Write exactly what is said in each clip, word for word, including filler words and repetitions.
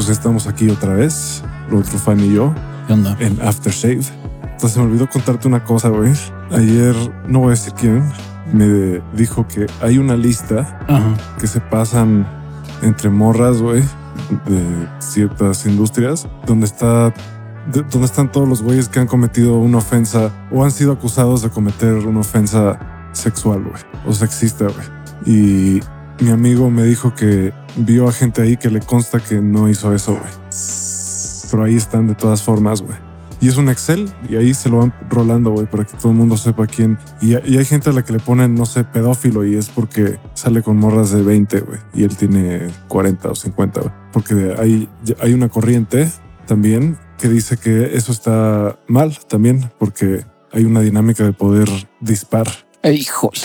pues estamos aquí otra vez, lo otro fan y yo, ¿Qué onda? en Aftershave. Entonces se me olvidó contarte una cosa, güey. Ayer, no voy a decir quién, me dijo que hay una lista Ajá. que se pasan entre morras, güey, de ciertas industrias, donde está, de, donde están todos los güeyes que han cometido una ofensa o han sido acusados de cometer una ofensa sexual, güey, o sexista, güey. Y mi amigo me dijo que vio a gente ahí que le consta que no hizo eso, güey. Pero ahí están de todas formas, güey. Y es un Excel y ahí se lo van rolando, güey, para que todo el mundo sepa quién. Y, y hay gente a la que le ponen, no sé, pedófilo y es porque sale con morras de veinte, güey. Y él tiene cuarenta o cincuenta, güey. Porque hay, hay una corriente también que dice que eso está mal también porque hay una dinámica de poder dispar. Ey, híjole.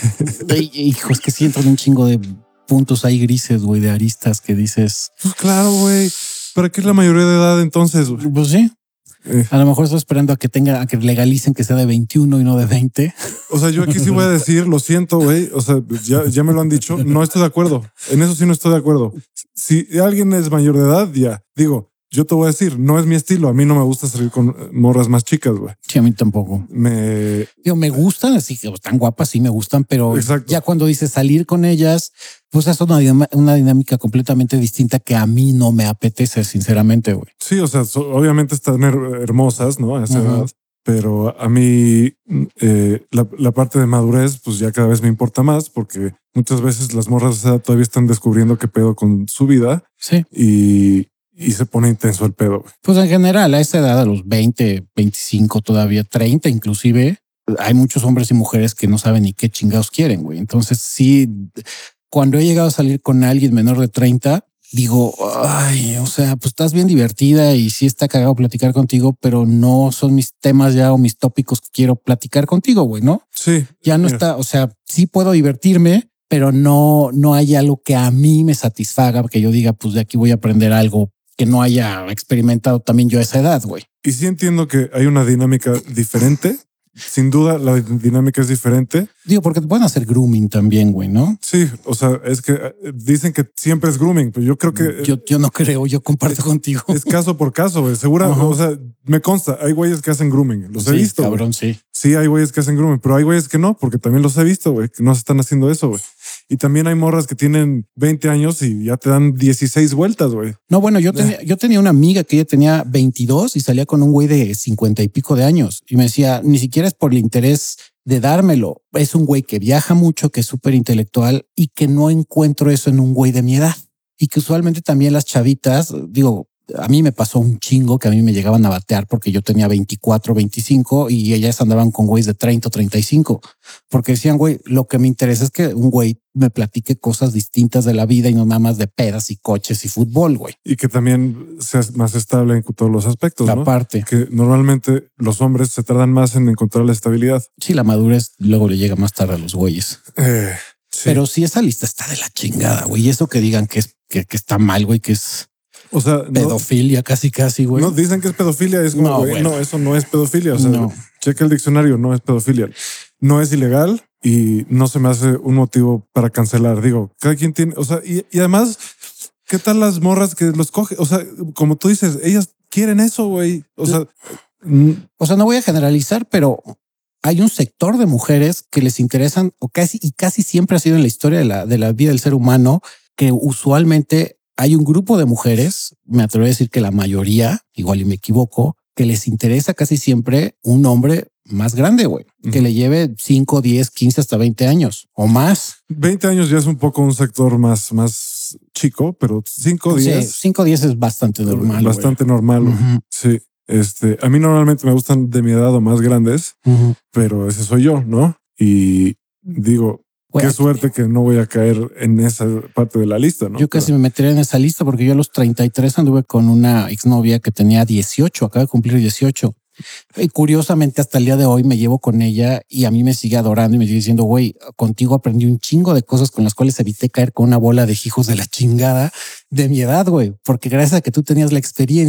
Ey, hijo, es que sí entran un chingo de puntos ahí grises, güey, de aristas que dices... Pues claro, güey. ¿Para qué es la mayoría de edad entonces, güey? Pues sí. Eh. A lo mejor estoy esperando a que tenga, a que legalicen que sea de veintiuno y no de veinte. O sea, yo aquí sí voy a decir, lo siento, güey. O sea, ya, ya me lo han dicho. No estoy de acuerdo. En eso sí no estoy de acuerdo. Si alguien es mayor de edad, ya. Digo, yo te voy a decir, no es mi estilo. A mí no me gusta salir con morras más chicas, güey. Sí, a mí tampoco. Me... Digo, me gustan, así que están guapas, sí me gustan, pero Exacto. Ya cuando dices salir con ellas, pues es una, una dinámica completamente distinta que a mí no me apetece, sinceramente, güey. Sí, o sea, so, obviamente están her hermosas, ¿no? A esa uh-huh. edad. Pero a mí eh, la, la parte de madurez, pues ya cada vez me importa más porque muchas veces las morras de esa edad todavía están descubriendo qué pedo con su vida. Sí. Y, y se pone intenso el pedo. Pues en general, a esa edad, a los veinte, veinticinco, todavía treinta, inclusive, hay muchos hombres y mujeres que no saben ni qué chingados quieren, güey. Entonces sí, cuando he llegado a salir con alguien menor de treinta, digo, ay, o sea, pues estás bien divertida y sí está cagado platicar contigo, pero no son mis temas ya o mis tópicos que quiero platicar contigo, güey, ¿no? Sí. Ya no mira. Está, o sea, sí puedo divertirme, pero no, no hay algo que a mí me satisfaga, que yo diga, pues de aquí voy a aprender algo que no haya experimentado también yo a esa edad, güey. Y sí entiendo que hay una dinámica diferente. Sin duda, la dinámica es diferente. Digo, porque te pueden hacer grooming también, güey, ¿no? Sí, o sea, es que dicen que siempre es grooming, pero yo creo que... Yo, yo no creo, yo comparto es, contigo. Es caso por caso, güey. Seguro, uh-huh. O sea, me consta, hay güeyes que hacen grooming. Los sí, he visto, cabrón, güey. sí. Sí, hay güeyes que hacen grooming, pero hay güeyes que no, porque también los he visto, güey, que no se están haciendo eso, güey. Y también hay morras que tienen veinte años y ya te dan dieciséis vueltas, güey. No, bueno, yo tenía, yo tenía una amiga que ella tenía veintidós y salía con un güey de cincuenta y pico de años. Y me decía, ni siquiera es por el interés de dármelo. Es un güey que viaja mucho, que es súper intelectual y que no encuentro eso en un güey de mi edad. Y que usualmente también las chavitas, digo, a mí me pasó un chingo que a mí me llegaban a batear porque yo tenía veinticuatro, veinticinco y ellas andaban con güeyes de treinta o treinta y cinco. Porque decían, güey, lo que me interesa es que un güey me platique cosas distintas de la vida y no nada más de pedas y coches y fútbol, güey. Y que también seas más estable en todos los aspectos, la ¿no? Parte. Que normalmente los hombres se tardan más en encontrar la estabilidad. Sí, la madurez luego le llega más tarde a los güeyes. Eh, sí. Pero sí, esa lista está de la chingada, güey. Y eso que digan que, es, que, que está mal, güey, que es... O sea, pedofilia, no, casi, casi, güey. No, dicen que es pedofilia. Es como, no, güey, bueno. no, eso no es pedofilia. O sea, no. checa el diccionario, no es pedofilia. No es ilegal y no se me hace un motivo para cancelar. Digo, cada quien tiene, o sea, y, y además, ¿qué tal las morras que los coge? O sea, como tú dices, ellas quieren eso, güey. O sea, o sea, no voy a generalizar, pero hay un sector de mujeres que les interesan o casi y casi siempre ha sido en la historia de la, de la vida del ser humano que usualmente hay un grupo de mujeres, me atrevo a decir que la mayoría, igual y me equivoco, que les interesa casi siempre un hombre más grande, güey, uh-huh. que le lleve cinco, diez, quince, hasta veinte años o más. veinte años ya es un poco un sector más, más chico, pero cinco, diez. Sí, cinco, diez es bastante normal. Bastante güey. normal. Uh-huh. Sí. Este, a mí normalmente me gustan de mi edad o más grandes, uh-huh. pero ese soy yo, ¿no? Y digo, Güey, qué suerte que no voy a caer en esa parte de la lista, ¿no? Yo casi Pero... me metería en esa lista porque yo a los treinta y tres anduve con una exnovia que tenía dieciocho, acaba de cumplir dieciocho. Y curiosamente hasta el día de hoy me llevo con ella y a mí me sigue adorando y me sigue diciendo, güey, contigo aprendí un chingo de cosas con las cuales evité caer con una bola de hijos de la chingada de mi edad, güey. Porque gracias a que tú tenías la experiencia,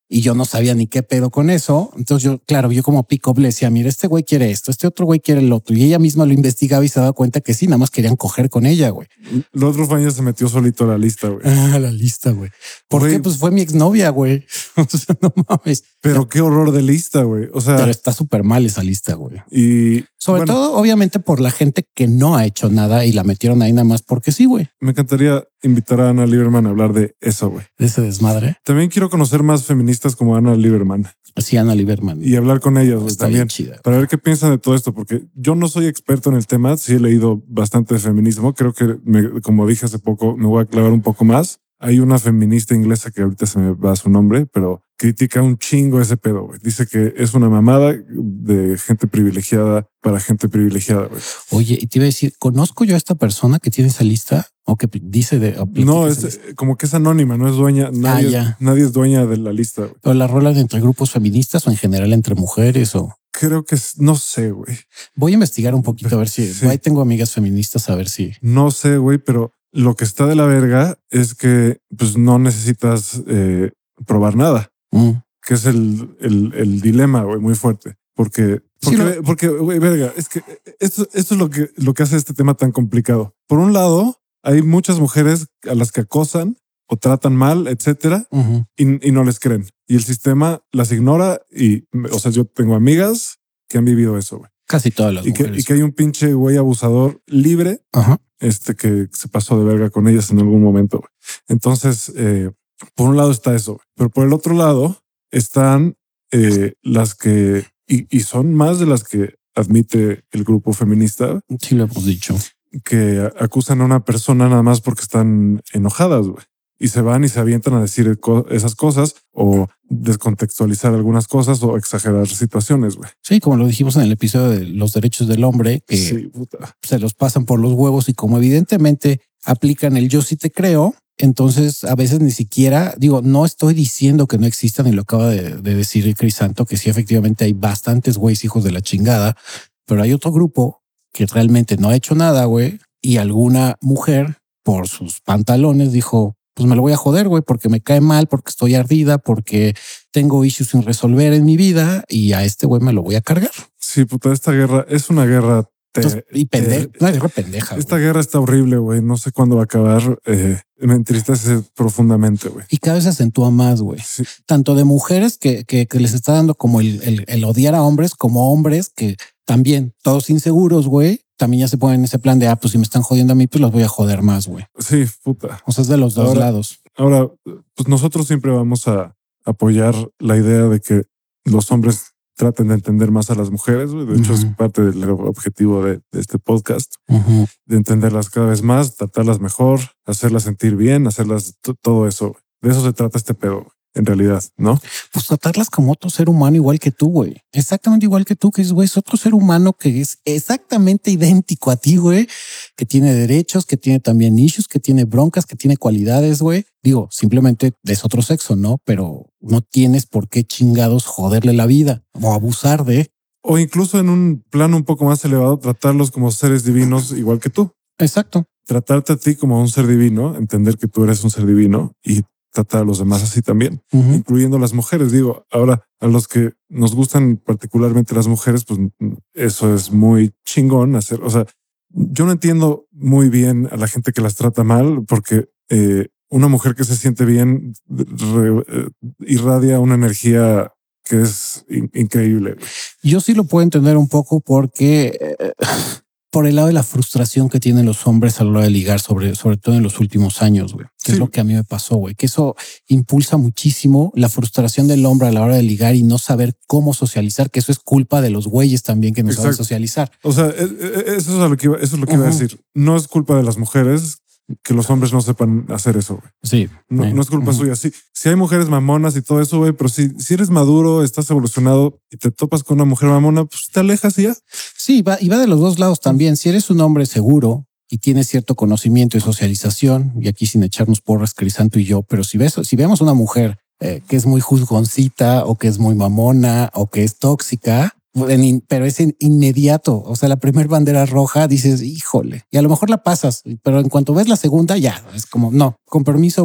y yo no sabía ni qué pedo con eso. Entonces yo, claro, yo como pick-up le decía, mira, este güey quiere esto, este otro güey quiere el otro. Y ella misma lo investigaba y se daba cuenta que sí, nada más querían coger con ella, güey. El otro Faña se metió solito a la lista, güey. Ah, la lista, güey. ¿Por Güey. qué? Pues fue mi exnovia, güey. O sea, no mames. Pero qué horror de lista, güey. O sea, Pero está súper mal esa lista, güey. y Sobre bueno, todo, obviamente, por la gente que no ha hecho nada y la metieron ahí nada más porque sí, güey. me encantaría invitar a Ana Lieberman a hablar de eso, güey. De ese desmadre. También quiero conocer más feministas como Ana Lieberman Así Ana Lieberman. y hablar con ellas, güey, Está también. bien chida. Para ver qué piensan de todo esto, porque yo no soy experto en el tema. Sí he leído bastante de feminismo. Creo que, me, como dije hace poco, me voy a clavar un poco más. Hay una feminista inglesa que ahorita se me va su nombre, pero critica un chingo ese pedo, güey. Dice que es una mamada de gente privilegiada para gente privilegiada, güey. Oye, y te iba a decir, ¿conozco yo a esta persona que tiene esa lista o que dice de... o No, platica es esa lista? eh, como que es anónima, no es dueña. Nadie, ya. nadie es dueña de la lista, güey. ¿Pero la rolan entre grupos feministas o en general entre mujeres? O Creo que es, no sé, güey. voy a investigar un poquito a ver si Sí. ahí tengo amigas feministas a ver si. No sé, güey, pero lo que está de la verga es que pues no necesitas eh, probar nada, Mm. que es el, el, el dilema, güey, muy fuerte. Porque, Sí, porque, lo- porque, güey, verga, es que esto, esto es lo que, lo que hace este tema tan complicado. Por un lado, hay muchas mujeres a las que acosan o tratan mal, etcétera, Ujú. y, y no les creen. Y el sistema las ignora. Y, o sea, yo tengo amigas que han vivido eso, güey. Casi todas las Y que, mujeres. y que hay un pinche güey abusador libre Ajá. este que se pasó de verga con ellas en algún momento. Güey. Entonces, eh, por un lado está eso, güey. Pero por el otro lado están eh, las que, y, y son más de las que admite el grupo feminista, Sí, lo hemos dicho. que a- acusan a una persona nada más porque están enojadas, güey. Y se van y se avientan a decir co- esas cosas o descontextualizar algunas cosas o exagerar situaciones, güey. Sí, como lo dijimos en el episodio de los derechos del hombre, que Sí, puta. se los pasan por los huevos y como evidentemente aplican el yo sí te creo, entonces a veces ni siquiera digo, no estoy diciendo que no existan y lo acaba de, de decir Crisanto, que sí, efectivamente hay bastantes güeyes hijos de la chingada, pero hay otro grupo que realmente no ha hecho nada, güey, y alguna mujer por sus pantalones dijo, pues me lo voy a joder, güey, porque me cae mal, porque estoy ardida, porque tengo issues sin resolver en mi vida y a este güey me lo voy a cargar. Sí, puta, esta guerra es una guerra. te- Entonces, y pendeja, te- una guerra pendeja. Esta güey. guerra está horrible, güey. No sé cuándo va a acabar. Eh, me entristece profundamente, güey. Y cada vez se acentúa más, güey. Sí, Tanto de mujeres que, que, que les está dando como el, el, el odiar a hombres, como hombres que también todos inseguros, güey, también ya se ponen en ese plan de, ah, pues si me están jodiendo a mí, pues los voy a joder más, güey. sí, puta. O sea, es de los dos Ahora- lados. Ahora, pues nosotros siempre vamos a apoyar la idea de que los hombres traten de entender más a las mujeres. Güey. De hecho, es Ujú. parte del objetivo de, de este podcast, Ujú. de entenderlas cada vez más, tratarlas mejor, hacerlas sentir bien, hacerlas t- todo eso. Güey. De eso se trata este pedo, güey, en realidad, ¿no? Pues tratarlas como otro ser humano igual que tú, güey. Exactamente igual que tú, que es, güey, es otro ser humano que es exactamente idéntico a ti, güey, que tiene derechos, que tiene también issues, que tiene broncas, que tiene cualidades, güey. Digo, simplemente es otro sexo, ¿no? Pero no tienes por qué chingados joderle la vida o abusar de. O incluso en un plano un poco más elevado, tratarlos como seres divinos igual que tú. Exacto. Tratarte a ti como un ser divino, entender que tú eres un ser divino y tratar a los demás así también, Ujú. incluyendo las mujeres. Digo, ahora a los que nos gustan particularmente las mujeres, pues eso es muy chingón hacer. O sea, yo no entiendo muy bien a la gente que las trata mal, porque eh, una mujer que se siente bien re- eh, irradia una energía que es in- increíble. Yo sí lo puedo entender un poco porque eh, por el lado de la frustración que tienen los hombres a la hora de ligar, sobre, sobre todo en los últimos años, güey, que Sí. es lo que a mí me pasó, güey, que eso impulsa muchísimo la frustración del hombre a la hora de ligar y no saber cómo socializar, que eso es culpa de los güeyes también que no saben Exacto. socializar. O sea, e- e- eso es a lo que iba, eso es lo que iba a Ujú. decir. No es culpa de las mujeres que los hombres no sepan hacer eso. Güey. Sí. No, eh, no es culpa ujú. suya. Sí, si hay mujeres mamonas y todo eso, güey, pero si, si eres maduro, estás evolucionado y te topas con una mujer mamona, pues te alejas y ya. Sí, va, y va de los dos lados también. Si eres un hombre seguro y tienes cierto conocimiento y socialización, y aquí sin echarnos porras, Crisanto y yo, pero si ves, si vemos una mujer eh, que es muy juzgoncita o que es muy mamona o que es tóxica, en in- pero es en inmediato. O sea, la primera bandera roja dices, híjole, y a lo mejor la pasas, pero en cuanto ves la segunda, ya es como no, con permiso, güey.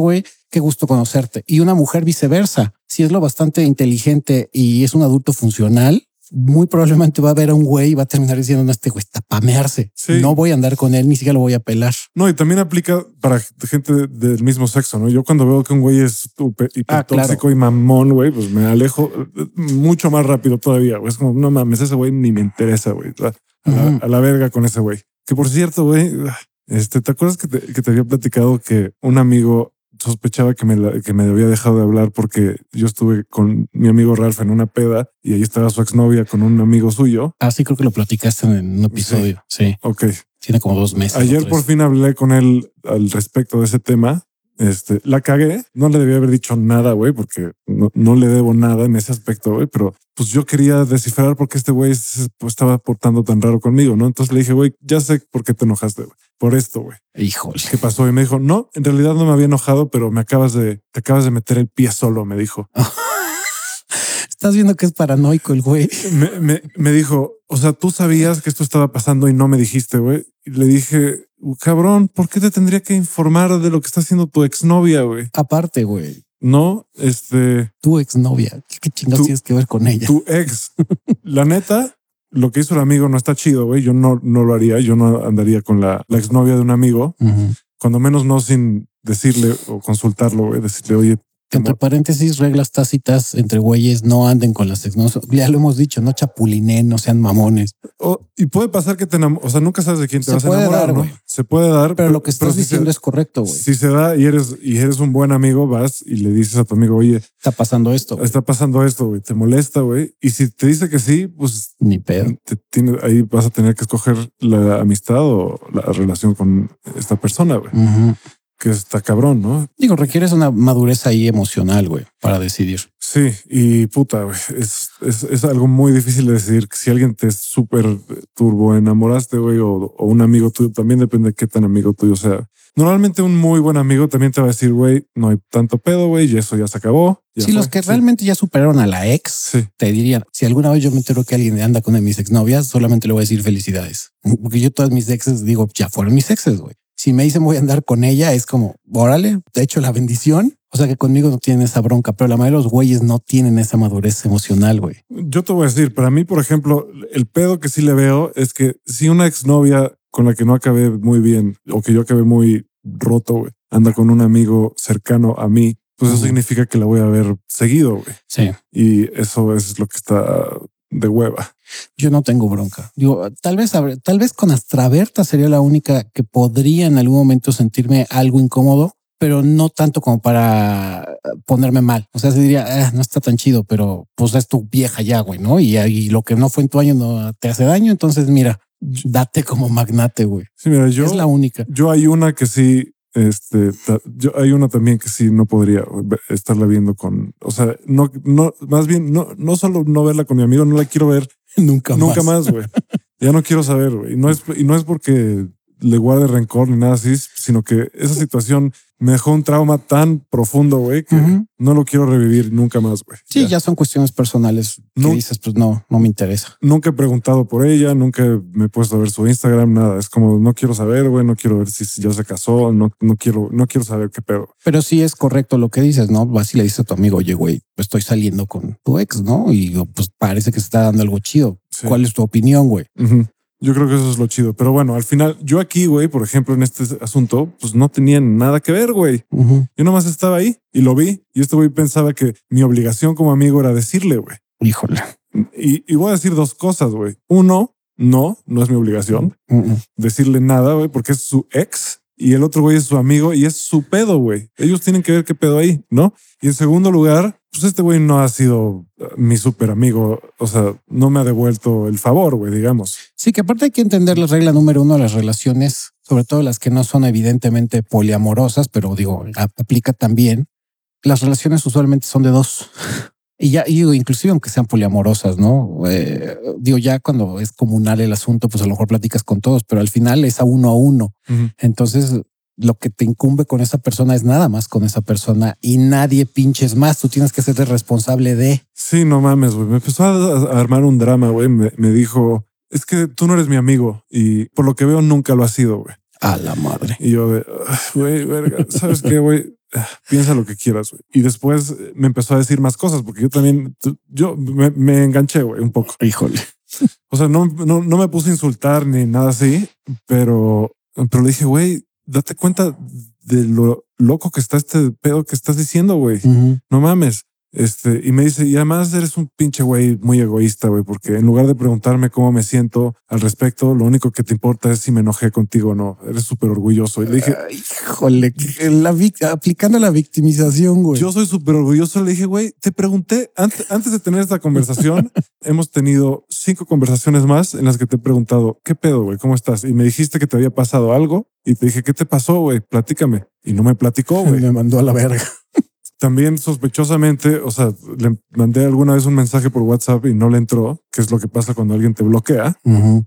qué gusto conocerte. Y una mujer viceversa. Si es lo bastante inteligente y es un adulto funcional, muy probablemente va a ver a un güey y va a terminar diciendo, no, este güey está pamearse. Sí. No voy a andar con él, ni siquiera lo voy a pelar. No, y también aplica para gente de, del mismo sexo, ¿no? Yo cuando veo que un güey es hipertóxico ah, claro. y mamón, güey, pues me alejo mucho más rápido todavía, güey. Es como, no mames, ese güey ni me interesa, güey. A, uh-huh. a la verga con ese güey. Que por cierto, güey, este, ¿te acuerdas que te, que te había platicado que un amigo sospechaba que me, la, que me había dejado de hablar porque yo estuve con mi amigo Ralph en una peda y ahí estaba su exnovia con un amigo suyo? Ah, sí, creo que lo platicaste en un episodio. Sí. sí. Ok. Tiene como dos meses. Ayer por fin hablé con él al respecto de ese tema. Este, la cagué. No le debía haber dicho nada, güey, porque no, no le debo nada en ese aspecto, güey, pero pues yo quería descifrar por qué este güey se, pues, estaba portando tan raro conmigo, ¿no? Entonces le dije, güey, ya sé por qué te enojaste, güey. Por esto, güey. Híjole. ¿Qué pasó? Y me dijo, no, en realidad no me había enojado, pero me acabas de, te acabas de meter el pie solo, me dijo. Estás viendo que es paranoico el güey. Me, me, me dijo, o sea, tú sabías que esto estaba pasando y no me dijiste, güey. Y le dije, cabrón, ¿por qué te tendría que informar de lo que está haciendo tu exnovia, güey? Aparte, güey. No, este... Tu exnovia. ¿Qué chingados tienes que ver con ella? Tu ex. La neta, lo que hizo el amigo no está chido, güey. Yo no, no lo haría. Yo no andaría con la, la exnovia de un amigo. Uh-huh. Cuando menos no sin decirle o consultarlo, güey. Decirle, oye... Entre paréntesis, reglas tácitas entre güeyes, no anden con las ex. No, ya lo hemos dicho, no chapulinen, no sean mamones. O, y puede pasar que te enamores, o sea, nunca sabes de quién te se vas a enamorar, dar, ¿no? Wey. Se puede dar. Pero, pero lo que estás diciendo si se, es correcto, güey. Si se da y eres, y eres un buen amigo, vas y le dices a tu amigo, oye, está pasando esto. Wey. Está pasando esto, güey. Te molesta, güey. Y si te dice que sí, pues ni pedo. Te tiene, ahí vas a tener que escoger la amistad o la relación con esta persona, güey. Uh-huh. Que está cabrón, ¿no? Digo, requieres una madurez ahí emocional, güey, para decidir. Sí, y puta, güey, es, es, es algo muy difícil de decidir. Si alguien te súper turbo enamoraste, güey, o, o un amigo tuyo, también depende de qué tan amigo tuyo sea. Normalmente un muy buen amigo también te va a decir, güey, no hay tanto pedo, güey, y eso ya se acabó. Ya sí, fue. Los que sí. realmente ya superaron a la ex, sí. te dirían, si alguna vez yo me entero que alguien anda con una de mis exnovias, solamente le voy a decir felicidades. Porque yo todas mis exes digo, ya fueron mis exes, güey. Si me dicen voy a andar con ella, es como, órale, te he hecho la bendición. O sea que conmigo no tienen esa bronca, pero la mayoría de los güeyes no tienen esa madurez emocional, güey. Yo te voy a decir, para mí, por ejemplo, el pedo que sí le veo es que si una exnovia con la que no acabé muy bien o que yo acabé muy roto, güey, anda con un amigo cercano a mí, pues eso uh-huh. significa que la voy a ver seguido, güey. Sí. Y eso es lo que está de hueva. Yo no tengo bronca. Digo, tal vez, tal vez con Astraberta sería la única que podría en algún momento sentirme algo incómodo, pero no tanto como para ponerme mal. O sea, se diría, eh, no está tan chido, pero pues es tu vieja ya, güey, ¿no? Y, y lo que no fue en tu año no te hace daño. Entonces, mira, date como magnate, güey. Sí, mira, yo es la única. Yo hay una que sí. Este, yo hay una también que sí no podría estarla viendo con, o sea, no, no, más bien, no, no solo no verla con mi amigo, no la quiero ver nunca, nunca más, güey. Ya no quiero saber, güey. Y no es, y no es porque le guarde rencor ni nada así, sino que esa situación me dejó un trauma tan profundo, güey, que uh-huh. no lo quiero revivir nunca más, güey. Sí, ya. ya son cuestiones personales que no, dices, pues no, no me interesa. Nunca he preguntado por ella, nunca me he puesto a ver su Instagram, nada. Es como, no quiero saber, güey, no quiero ver si ya se casó, no, no quiero, no quiero saber qué pedo. Pero sí es correcto lo que dices, ¿no? Vas y le dices a tu amigo, oye, güey, estoy saliendo con tu ex, ¿no? Y pues parece que se está dando algo chido. Sí. ¿Cuál es tu opinión, güey? Uh-huh. Yo creo que eso es lo chido. Pero bueno, al final, yo aquí, güey, por ejemplo, en este asunto, pues no tenía nada que ver, güey. Uh-huh. Yo nomás estaba ahí y lo vi. Y este güey pensaba que mi obligación como amigo era decirle, güey. Híjole. Y, y voy a decir dos cosas, güey. Uno, no, no es mi obligación uh-uh. decirle nada, güey, porque es su ex. Y el otro güey es su amigo y es su pedo, güey. Ellos tienen que ver qué pedo ahí, ¿no? Y en segundo lugar, pues este güey no ha sido mi súper amigo. O sea, no me ha devuelto el favor, güey, digamos. Sí, que aparte hay que entender la regla número uno de las relaciones, sobre todo las que no son evidentemente poliamorosas, pero digo, aplica también. Las relaciones usualmente son de dos. Y ya, y digo, inclusive aunque sean poliamorosas, ¿no? Eh, digo, ya cuando es comunal el asunto, pues a lo mejor platicas con todos, pero al final es a uno a uno. Uh-huh. Entonces, lo que te incumbe con esa persona es nada más con esa persona y nadie pinches más. Tú tienes que ser responsable de. Sí, no mames, güey. Me empezó a, a armar un drama, güey. Me, me dijo, es que tú no eres mi amigo y por lo que veo nunca lo has sido, güey. A la madre. Y yo de, güey, verga, ¿sabes qué, güey? piensa lo que quieras, güey. Y después me empezó a decir más cosas porque yo también, yo me, me enganché, güey, un poco. Híjole. O sea, no, no, no me puse a insultar ni nada así, pero, pero le dije, güey, date cuenta de lo loco que está este pedo que estás diciendo, güey. Uh-huh. No mames. Este, y me dice, y además eres un pinche güey muy egoísta, güey, porque en lugar de preguntarme cómo me siento al respecto, lo único que te importa es si me enojé contigo o no. Eres súper orgulloso. Y le dije, ay, híjole, la vic- aplicando la victimización, güey. Yo soy súper orgulloso. Le dije, güey, te pregunté antes, antes de tener esta conversación, hemos tenido cinco conversaciones más en las que te he preguntado, ¿qué pedo, güey? ¿Cómo estás? Y me dijiste que te había pasado algo y te dije, ¿qué te pasó, güey? Platícame. Y no me platicó, güey. Me mandó a la verga. También sospechosamente, o sea, le mandé alguna vez un mensaje por WhatsApp y no le entró, que es lo que pasa cuando alguien te bloquea. Uh-huh.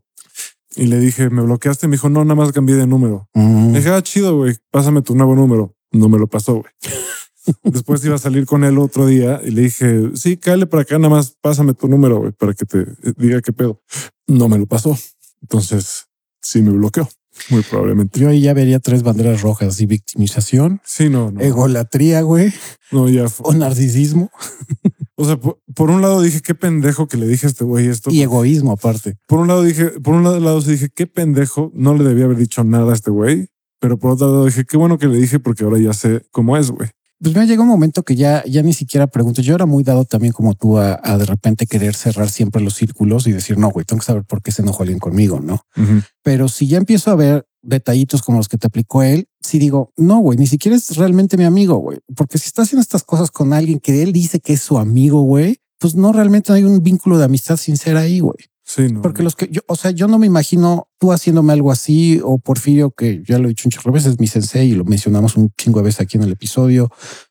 Y le dije, ¿me bloqueaste? Y me dijo, no, nada más cambié de número. Uh-huh. Le dije, ah, chido, güey, pásame tu nuevo número. No me lo pasó, güey. Después iba a salir con él otro día y le dije, sí, cállale para acá, nada más pásame tu número, güey, para que te diga qué pedo. No me lo pasó. Entonces, sí me bloqueó. Muy probablemente. Yo ahí ya vería tres banderas rojas y victimización. Sí, no, no. Egolatría, güey. No, ya fue. O narcisismo. O sea, por, por un lado dije, qué pendejo que le dije a este güey esto. Y egoísmo aparte. Por un lado dije, por un lado sí dije, qué pendejo, no le debía haber dicho nada a este güey. Pero por otro lado dije, qué bueno que le dije porque ahora ya sé cómo es, güey. Pues me llegó un momento que ya, ya ni siquiera pregunto. Yo era muy dado también como tú a, a de repente querer cerrar siempre los círculos y decir, no, güey, tengo que saber por qué se enojó alguien conmigo, ¿no? Uh-huh. Pero si ya empiezo a ver detallitos como los que te aplicó él, sí digo, no, güey, ni siquiera es realmente mi amigo, güey. Porque si está haciendo estas cosas con alguien que él dice que es su amigo, güey, pues no realmente hay un vínculo de amistad sincera ahí, güey. Sí, no. Porque los que yo, o sea, yo no me imagino tú haciéndome algo así o Porfirio, que ya lo he dicho un chorro de veces, mi sensei, y lo mencionamos un chingo de veces aquí en el episodio,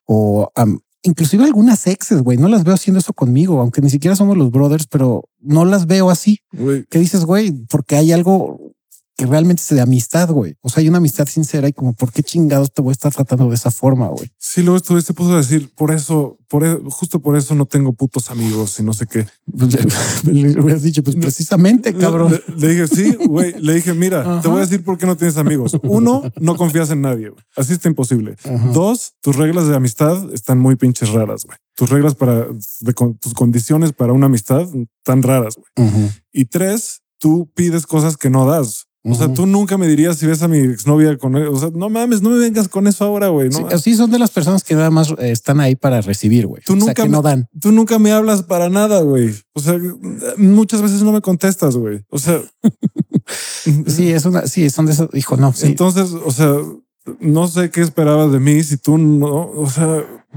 o um, inclusive algunas exes, güey, no las veo haciendo eso conmigo, aunque ni siquiera somos los brothers, pero no las veo así. Güey. ¿Qué dices, güey? Porque hay algo que realmente es de amistad, güey. O sea, hay una amistad sincera y como, ¿por qué chingados te voy a estar tratando de esa forma, güey? Sí, luego estuviste puso a decir, por eso, por eso, justo por eso no tengo putos amigos y no sé qué. Le hubieras dicho, pues precisamente, cabrón. Le, le dije, sí, güey. Le dije, mira, ajá, te voy a decir por qué no tienes amigos. Uno, no confías en nadie, güey. Así está imposible. Ajá. Dos, tus reglas de amistad están muy pinches raras, güey. Tus reglas para, de, tus condiciones para una amistad tan raras, güey. Uh-huh. Y tres, tú pides cosas que no das. O sea, tú nunca me dirías si ves a mi exnovia con él. O sea, no mames, no me vengas con eso ahora, güey. ¿No? Sí, así son de las personas que nada más eh, están ahí para recibir, güey. Tú o nunca sea, que me, no dan. Tú nunca me hablas para nada, güey. O sea, muchas veces no me contestas, güey. O sea, sí, es una, sí, son de esos, hijo, no. Sí. Entonces, o sea, no sé qué esperabas de mí si tú no, o sea,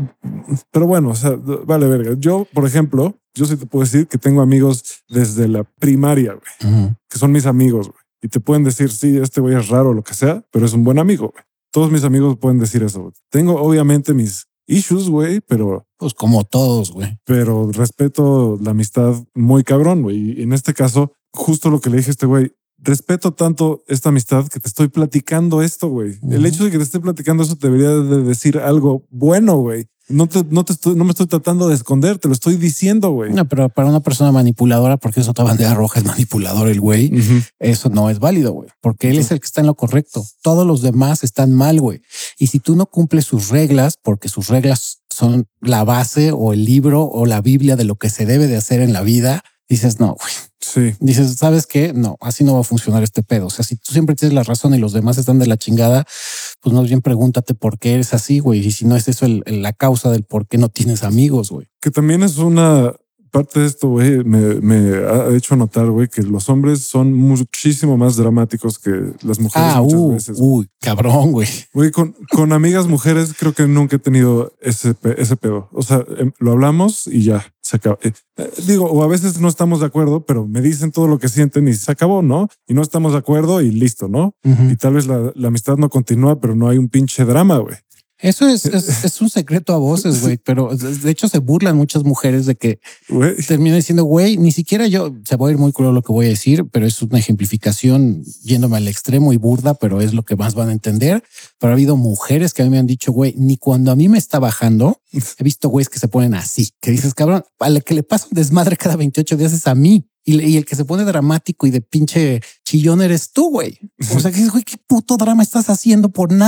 pero bueno, o sea, vale verga. Yo, por ejemplo, yo sí te puedo decir que tengo amigos desde la primaria, güey, uh-huh. que son mis amigos, güey. Y te pueden decir, sí, este güey es raro o lo que sea, pero es un buen amigo, güey. Todos mis amigos pueden decir eso, güey. Tengo obviamente mis issues, güey, pero... Pues como todos, güey. Pero respeto la amistad muy cabrón, güey. Y en este caso, justo lo que le dije a este güey, respeto tanto esta amistad que te estoy platicando esto, güey. Uh-huh. El hecho de que te esté platicando eso te debería de decir algo bueno, güey. No te, no te estoy, no me estoy tratando de esconder, te lo estoy diciendo, güey. No, pero para una persona manipuladora, porque es otra bandera roja, es manipulador el güey, uh-huh. eso no es válido, güey, porque él uh-huh. es el que está en lo correcto. Todos los demás están mal, güey. Y si tú no cumples sus reglas, porque sus reglas son la base o el libro o la Biblia de lo que se debe de hacer en la vida, dices, no, güey. Sí. Dices, ¿sabes qué? No, así no va a funcionar este pedo. O sea, si tú siempre tienes la razón y los demás están de la chingada, pues más bien pregúntate por qué eres así, güey. Y si no es eso el, el, la causa del por qué no tienes amigos, güey. Que también es una parte de esto, güey, me, me ha hecho notar, güey, que los hombres son muchísimo más dramáticos que las mujeres ah, muchas uh, veces. Uy, cabrón, güey. Güey, con, con amigas mujeres creo que nunca he tenido ese, ese pedo. O sea, eh, lo hablamos y ya. Se acaba. Eh, eh, digo, o a veces no estamos de acuerdo, pero me dicen todo lo que sienten y se acabó, ¿no? Y no estamos de acuerdo y listo, ¿no? Uh-huh. Y tal vez la, la amistad no continúa, pero no hay un pinche drama, güey. Eso es, es, es un secreto a voces, güey, pero de hecho se burlan muchas mujeres de que wey. terminan diciendo, güey, ni siquiera yo, se va a ir muy cruel lo que voy a decir, pero es una ejemplificación yéndome al extremo y burda, pero es lo que más van a entender. Pero ha habido mujeres que a mí me han dicho, güey, ni cuando a mí me está bajando, he visto güeyes que se ponen así, que dices, cabrón, a la que le pasa un desmadre cada veintiocho días es a mí. Y, y el que se pone dramático y de pinche chillón eres tú, güey. O sea, que dices, güey, qué puto drama estás haciendo por nada.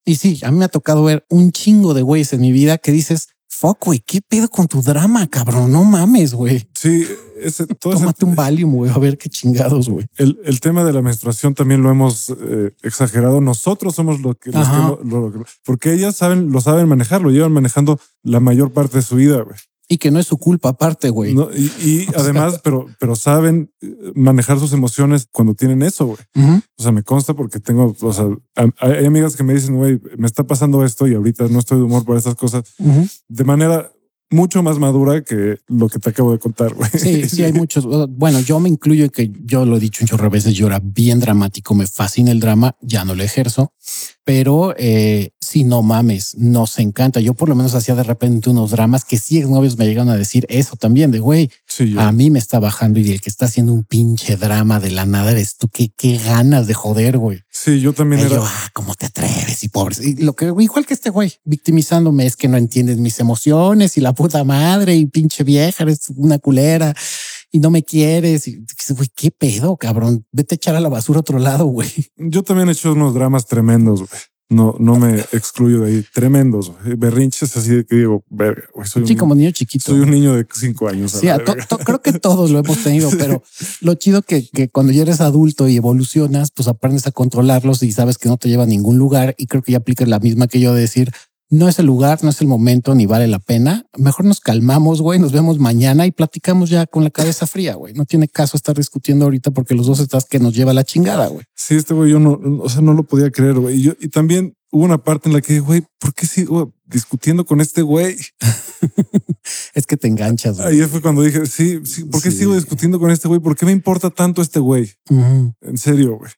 Y sí, a mí me ha tocado ver un chingo de güeyes en mi vida que dices, fuck, güey, ¿qué pedo con tu drama, cabrón? No mames, güey. Sí, ese, todo Tómate ese, un Valium, güey, a ver qué chingados, güey. El, el tema de la menstruación también lo hemos eh, exagerado. Nosotros somos lo que, los que lo, lo, porque ellas saben, lo saben manejar, lo llevan manejando la mayor parte de su vida, güey. Y que no es su culpa aparte, güey. No, y, y además, sea, pero, pero saben manejar sus emociones cuando tienen eso, güey. Uh-huh. O sea, me consta porque tengo, o sea, hay amigas que me dicen, güey, me está pasando esto y ahorita no estoy de humor por estas cosas. Uh-huh. De manera mucho más madura que lo que te acabo de contar, güey. Sí, sí, hay muchos. Bueno, yo me incluyo en que yo lo he dicho un chorro de veces, yo era bien dramático, me fascina el drama, ya no lo ejerzo, pero eh, sí, no mames, nos encanta. Yo por lo menos hacía de repente unos dramas que sí exnovios me llegan a decir eso también, de güey, sí, a mí me está bajando y el que está haciendo un pinche drama de la nada eres tú. Qué, qué ganas de joder, güey. Sí, yo también y era. Yo, ah, ¿cómo te atreves? Y pobre. Y lo que igual que este güey victimizándome es que no entiendes mis emociones y la puta madre y pinche vieja, eres una culera y no me quieres. Y güey, qué pedo, cabrón. Vete a echar a la basura a otro lado, güey. Yo también he hecho unos dramas tremendos, güey. No, no me excluyo de ahí. Tremendos, güey. Berrinches así de que digo, verga, güey. Soy sí, un, como niño chiquito. Soy un niño de cinco años. Sí, to, to, creo que todos lo hemos tenido, sí. Pero lo chido que, que cuando ya eres adulto y evolucionas, pues aprendes a controlarlos y sabes que no te lleva a ningún lugar. Y creo que ya aplicas la misma que yo de decir, no es el lugar, no es el momento, ni vale la pena. Mejor nos calmamos, güey, nos vemos mañana y platicamos ya con la cabeza fría, güey. No tiene caso estar discutiendo ahorita porque los dos estás que nos lleva a la chingada, güey. Sí, este güey, yo no, o sea, no lo podía creer, güey. Y, yo, y también hubo una parte en la que, güey, ¿por qué sigo discutiendo con este güey? Es que te enganchas, güey. Ahí fue cuando dije, sí, sí, ¿por qué sí. sigo discutiendo con este güey? ¿Por qué me importa tanto este güey? Uh-huh. En serio, güey.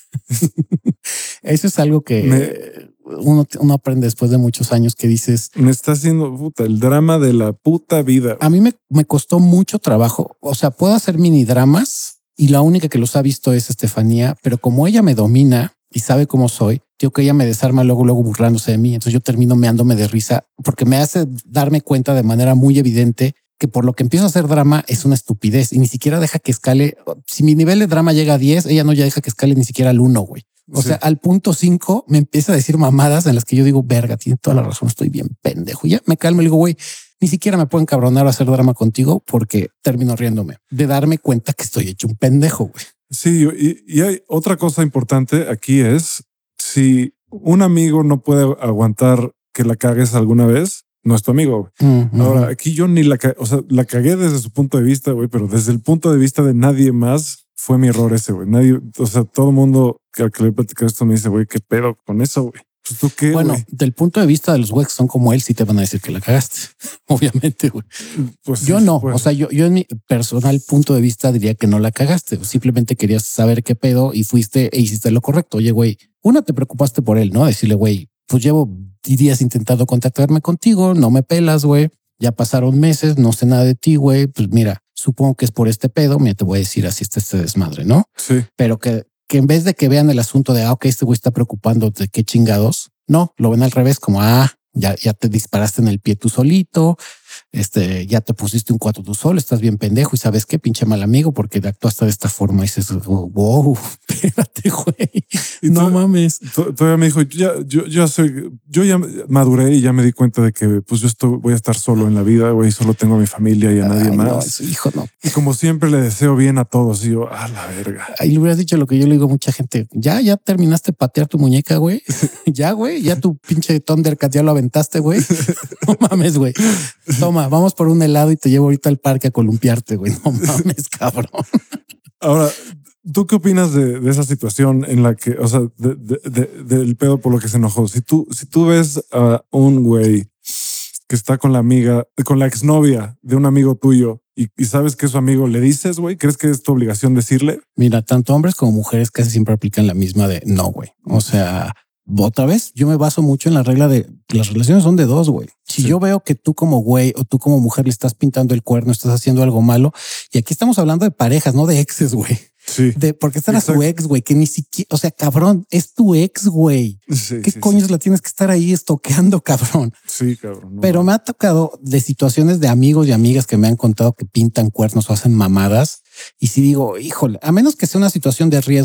Eso es algo que me, uno, uno aprende después de muchos años que dices... Me está haciendo puta, el drama de la puta vida. A mí me, me costó mucho trabajo. O sea, puedo hacer mini dramas y la única que los ha visto es Estefanía, pero como ella me domina y sabe cómo soy, tío, que ella me desarma luego, luego burlándose de mí. Entonces yo termino meándome de risa porque me hace darme cuenta de manera muy evidente que por lo que empiezo a hacer drama es una estupidez y ni siquiera deja que escale. Si mi nivel de drama llega a diez, ella no ya deja que escale ni siquiera al uno, güey. O sí. sea, al punto cinco me empieza a decir mamadas en las que yo digo, verga, tiene toda la razón, estoy bien pendejo. Y ya me calmo y digo, güey, ni siquiera me puedo encabronar a hacer drama contigo porque termino riéndome de darme cuenta que estoy hecho un pendejo, güey. Sí, y, y hay otra cosa importante aquí es si un amigo no puede aguantar que la cagues alguna vez, no es tu amigo. Uh-huh. Ahora, aquí yo ni la cagué, o sea, la cagué desde su punto de vista, güey, pero desde el punto de vista de nadie más fue mi error ese, güey. Nadie, o sea, todo el mundo que al que le he platicado esto me dice, güey, qué pedo con eso, güey. Pues tú qué, bueno, güey? Del punto de vista de los güeyes que son como él, sí te van a decir que la cagaste. Obviamente, güey. Pues yo sí, no. pues. O sea, yo, yo en mi personal punto de vista diría que no la cagaste. Simplemente querías saber qué pedo y fuiste e hiciste lo correcto. Oye, güey, una, te preocupaste por él, ¿no? Decirle, güey, pues llevo días intentando contactarme contigo, no me pelas, güey. Ya pasaron meses, no sé nada de ti, güey. Pues mira, supongo que es por este pedo. Mira, te voy a decir así está este desmadre, ¿no? Sí. Pero que, que en vez de que vean el asunto de, ah, ok, este güey está preocupando de qué chingados, no, lo ven al revés, como, ah, ya, ya te disparaste en el pie tú solito, este, ya te pusiste un cuatro tú solo, estás bien pendejo y sabes qué, pinche mal amigo, porque actuaste de esta forma y dices, oh, wow, espérate, güey, no to- mames. to- Todavía me dijo, ya, yo, yo soy, yo ya maduré y ya me di cuenta de que pues yo estoy, voy a estar solo en la vida, güey, solo tengo a mi familia y a nadie Ay, más. No, su hijo no. Y como siempre le deseo bien a todos y yo, a la verga. Ahí le hubieras dicho lo que yo le digo a mucha gente, ya, ya terminaste de patear tu muñeca, güey, ya, güey, ya tu pinche Thundercat ya lo aventaste, güey, no mames, güey, toma, vamos por un helado y te llevo ahorita al parque a columpiarte, güey, no mames, cabrón. Ahora, ¿tú qué opinas de, de esa situación en la que, o sea, de, de, de, del pedo por lo que se enojó? Si tú, si tú ves a un güey que está con la amiga, con la exnovia de un amigo tuyo y, y sabes que es su amigo, ¿le dices, güey? ¿Crees que es tu obligación decirle? Mira, tanto hombres como mujeres casi siempre aplican la misma de no, güey. O sea, otra vez, yo me baso mucho en la regla de las relaciones son de dos, güey. Si sí. yo veo que tú como güey o tú como mujer le estás pintando el cuerno, estás haciendo algo malo, y aquí estamos hablando de parejas, no de exes, güey. Sí. De porque estar a su ex, güey, que ni siquiera, o sea, cabrón, es tu ex, güey. Sí, ¿Qué sí, coños sí. la tienes que estar ahí estoqueando, cabrón? Sí, cabrón. No, Pero no. me ha tocado de situaciones de amigos y amigas que me han contado que pintan cuernos o hacen mamadas. Y si digo, híjole, a menos que sea una situación de riesgo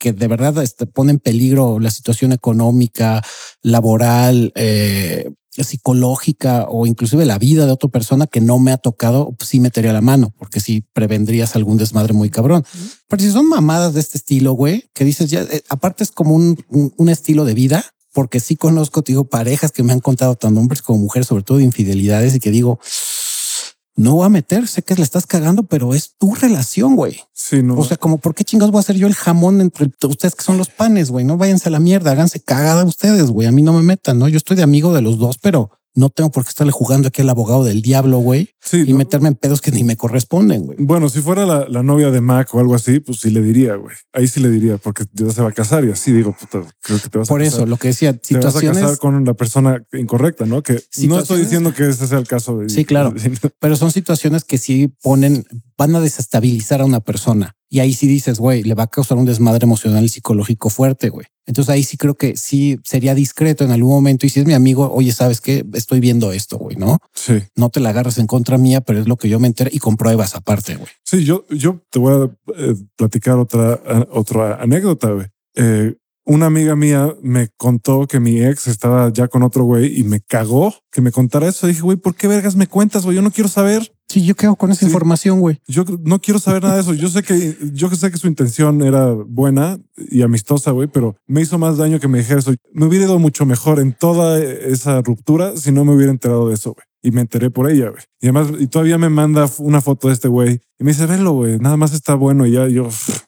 que de verdad este, pone en peligro la situación económica, laboral, eh, psicológica o inclusive la vida de otra persona que no me ha tocado, pues sí metería la mano, porque sí prevendrías algún desmadre muy cabrón. Uh-huh. Pero si son mamadas de este estilo, güey, que dices ya, eh, aparte es como un, un, un estilo de vida, porque sí conozco, te digo, parejas que me han contado tanto hombres como mujeres, sobre todo de infidelidades, y que digo, no voy a meter, sé que le estás cagando, pero es tu relación, güey. Sí, no. O sea, como, ¿por qué chingados voy a hacer yo el jamón entre ustedes que son los panes, güey? No váyanse a la mierda, háganse cagada ustedes, güey. A mí no me metan, ¿no? Yo estoy de amigo de los dos, pero no tengo por qué estarle jugando aquí al abogado del diablo, güey. Sí, y no, meterme en pedos que ni me corresponden, güey. Bueno, si fuera la, la novia de Mac o algo así, pues sí le diría, güey. Ahí sí le diría, porque ya se va a casar y así digo, puta, creo que te vas por a casar. Por eso, lo que decía, te vas a casar con la persona incorrecta, ¿no? Que no estoy diciendo que ese sea el caso. De, sí, claro. Pero son situaciones que sí ponen, van a desestabilizar a una persona. Y ahí sí dices, güey, le va a causar un desmadre emocional y psicológico fuerte, güey. Entonces ahí sí creo que sí sería discreto en algún momento. Y si es mi amigo, oye, ¿sabes qué? Estoy viendo esto, güey, ¿no? Sí. No te la agarres en contra mía, pero es lo que yo me enteré y con pruebas aparte, güey. Sí, yo, yo te voy a eh, platicar otra, otra anécdota, güey. Eh, Una amiga mía me contó que mi ex estaba ya con otro güey y me cagó que me contara eso. Dije, güey, ¿por qué vergas me cuentas, güey? Yo no quiero saber. Sí, yo quedo con esa sí. información, güey. Yo no quiero saber nada de eso. Yo sé que yo sé que su intención era buena y amistosa, güey, pero me hizo más daño que me dijera eso. Me hubiera ido mucho mejor en toda esa ruptura si no me hubiera enterado de eso, güey. Y me enteré por ella, güey. Y además, y todavía me manda una foto de este güey y me dice, velo, güey, nada más está bueno. Y ya yo,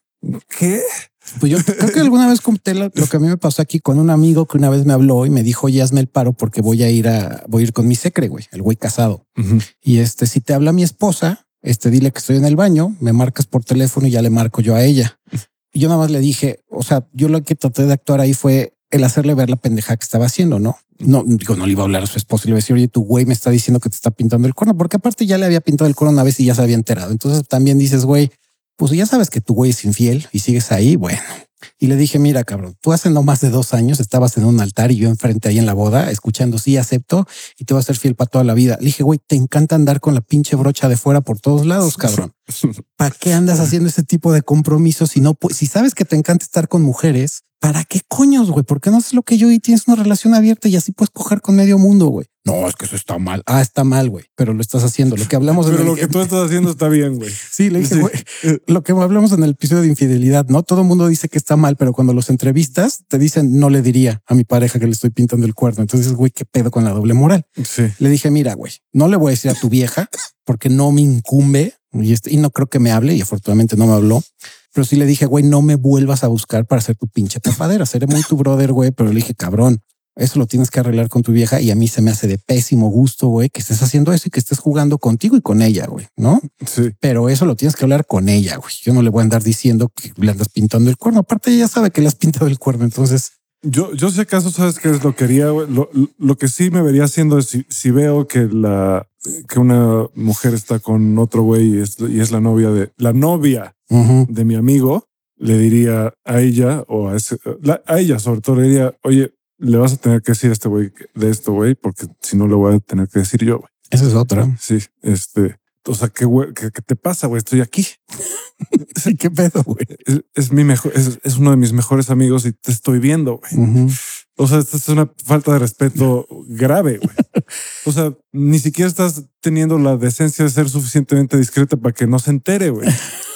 ¿qué? Pues yo creo que alguna vez conté lo, lo que a mí me pasó aquí con un amigo que una vez me habló y me dijo, oye, hazme el paro porque voy a ir a, voy a ir con mi secre, güey, el güey casado. Uh-huh. Y este, si te habla mi esposa, este, dile que estoy en el baño, me marcas por teléfono y ya le marco yo a ella. Y yo nada más le dije, o sea, yo lo que traté de actuar ahí fue el hacerle ver la pendeja que estaba haciendo, ¿no? No, digo, no le iba a hablar a su esposa y le iba a decir, oye, tu güey me está diciendo que te está pintando el cuerno, porque aparte ya le había pintado el cuerno una vez y ya se había enterado. Entonces también dices, güey, pues ya sabes que tu güey es infiel y sigues ahí, bueno. Y le dije, mira, cabrón, tú hace no más de dos años estabas en un altar y yo enfrente ahí en la boda, escuchando, sí, acepto y te voy a ser fiel para toda la vida. Le dije, güey, te encanta andar con la pinche brocha de fuera por todos lados, cabrón. ¿Para qué andas haciendo ese tipo de compromisos? Si no, pues, si sabes que te encanta estar con mujeres, ¿para qué coños, güey? ¿Por qué no haces lo que yo y tienes una relación abierta y así puedes coger con medio mundo, güey? No, es que eso está mal. Ah, está mal, güey, pero lo estás haciendo. Lo que hablamos. Pero en el... lo que tú estás haciendo está bien, güey. Sí, le dije, güey, sí. Lo que hablamos en el episodio de infidelidad, ¿no? Todo el mundo dice que está mal, pero cuando los entrevistas te dicen, no le diría a mi pareja que le estoy pintando el cuerno. Entonces, güey, qué pedo con la doble moral. Sí. Le dije, mira, güey, no le voy a decir a tu vieja porque no me incumbe y, este, y no creo que me hable y afortunadamente no me habló. Pero sí le dije, güey, no me vuelvas a buscar para hacer tu pinche tapadera. Seré muy tu brother, güey, pero le dije, cabrón, eso lo tienes que arreglar con tu vieja y a mí se me hace de pésimo gusto, güey, que estés haciendo eso y que estés jugando contigo y con ella, güey, ¿no? Sí. Pero eso lo tienes que hablar con ella, güey. Yo no le voy a andar diciendo que le andas pintando el cuerno. Aparte ella sabe que le has pintado el cuerno, entonces... Yo, yo si acaso sabes qué es lo que haría, güey. Lo, lo que sí me vería haciendo es si, si veo que la que una mujer está con otro güey y es, y es la novia de la novia uh-huh. de mi amigo, le diría a ella o a ese, la, a ella sobre todo le diría, oye, le vas a tener que decir a este güey de esto, güey, porque si no le voy a tener que decir yo, güey. Esa es otra. Sí, este, o sea, ¿qué, güey, qué, qué te pasa, güey? Estoy aquí. Sí, qué pedo, güey. Es, es mi mejor, es, es uno de mis mejores amigos y te estoy viendo, güey. Uh-huh. O sea, esta es una falta de respeto grave, güey. O sea, ni siquiera estás teniendo la decencia de ser suficientemente discreta para que no se entere, güey.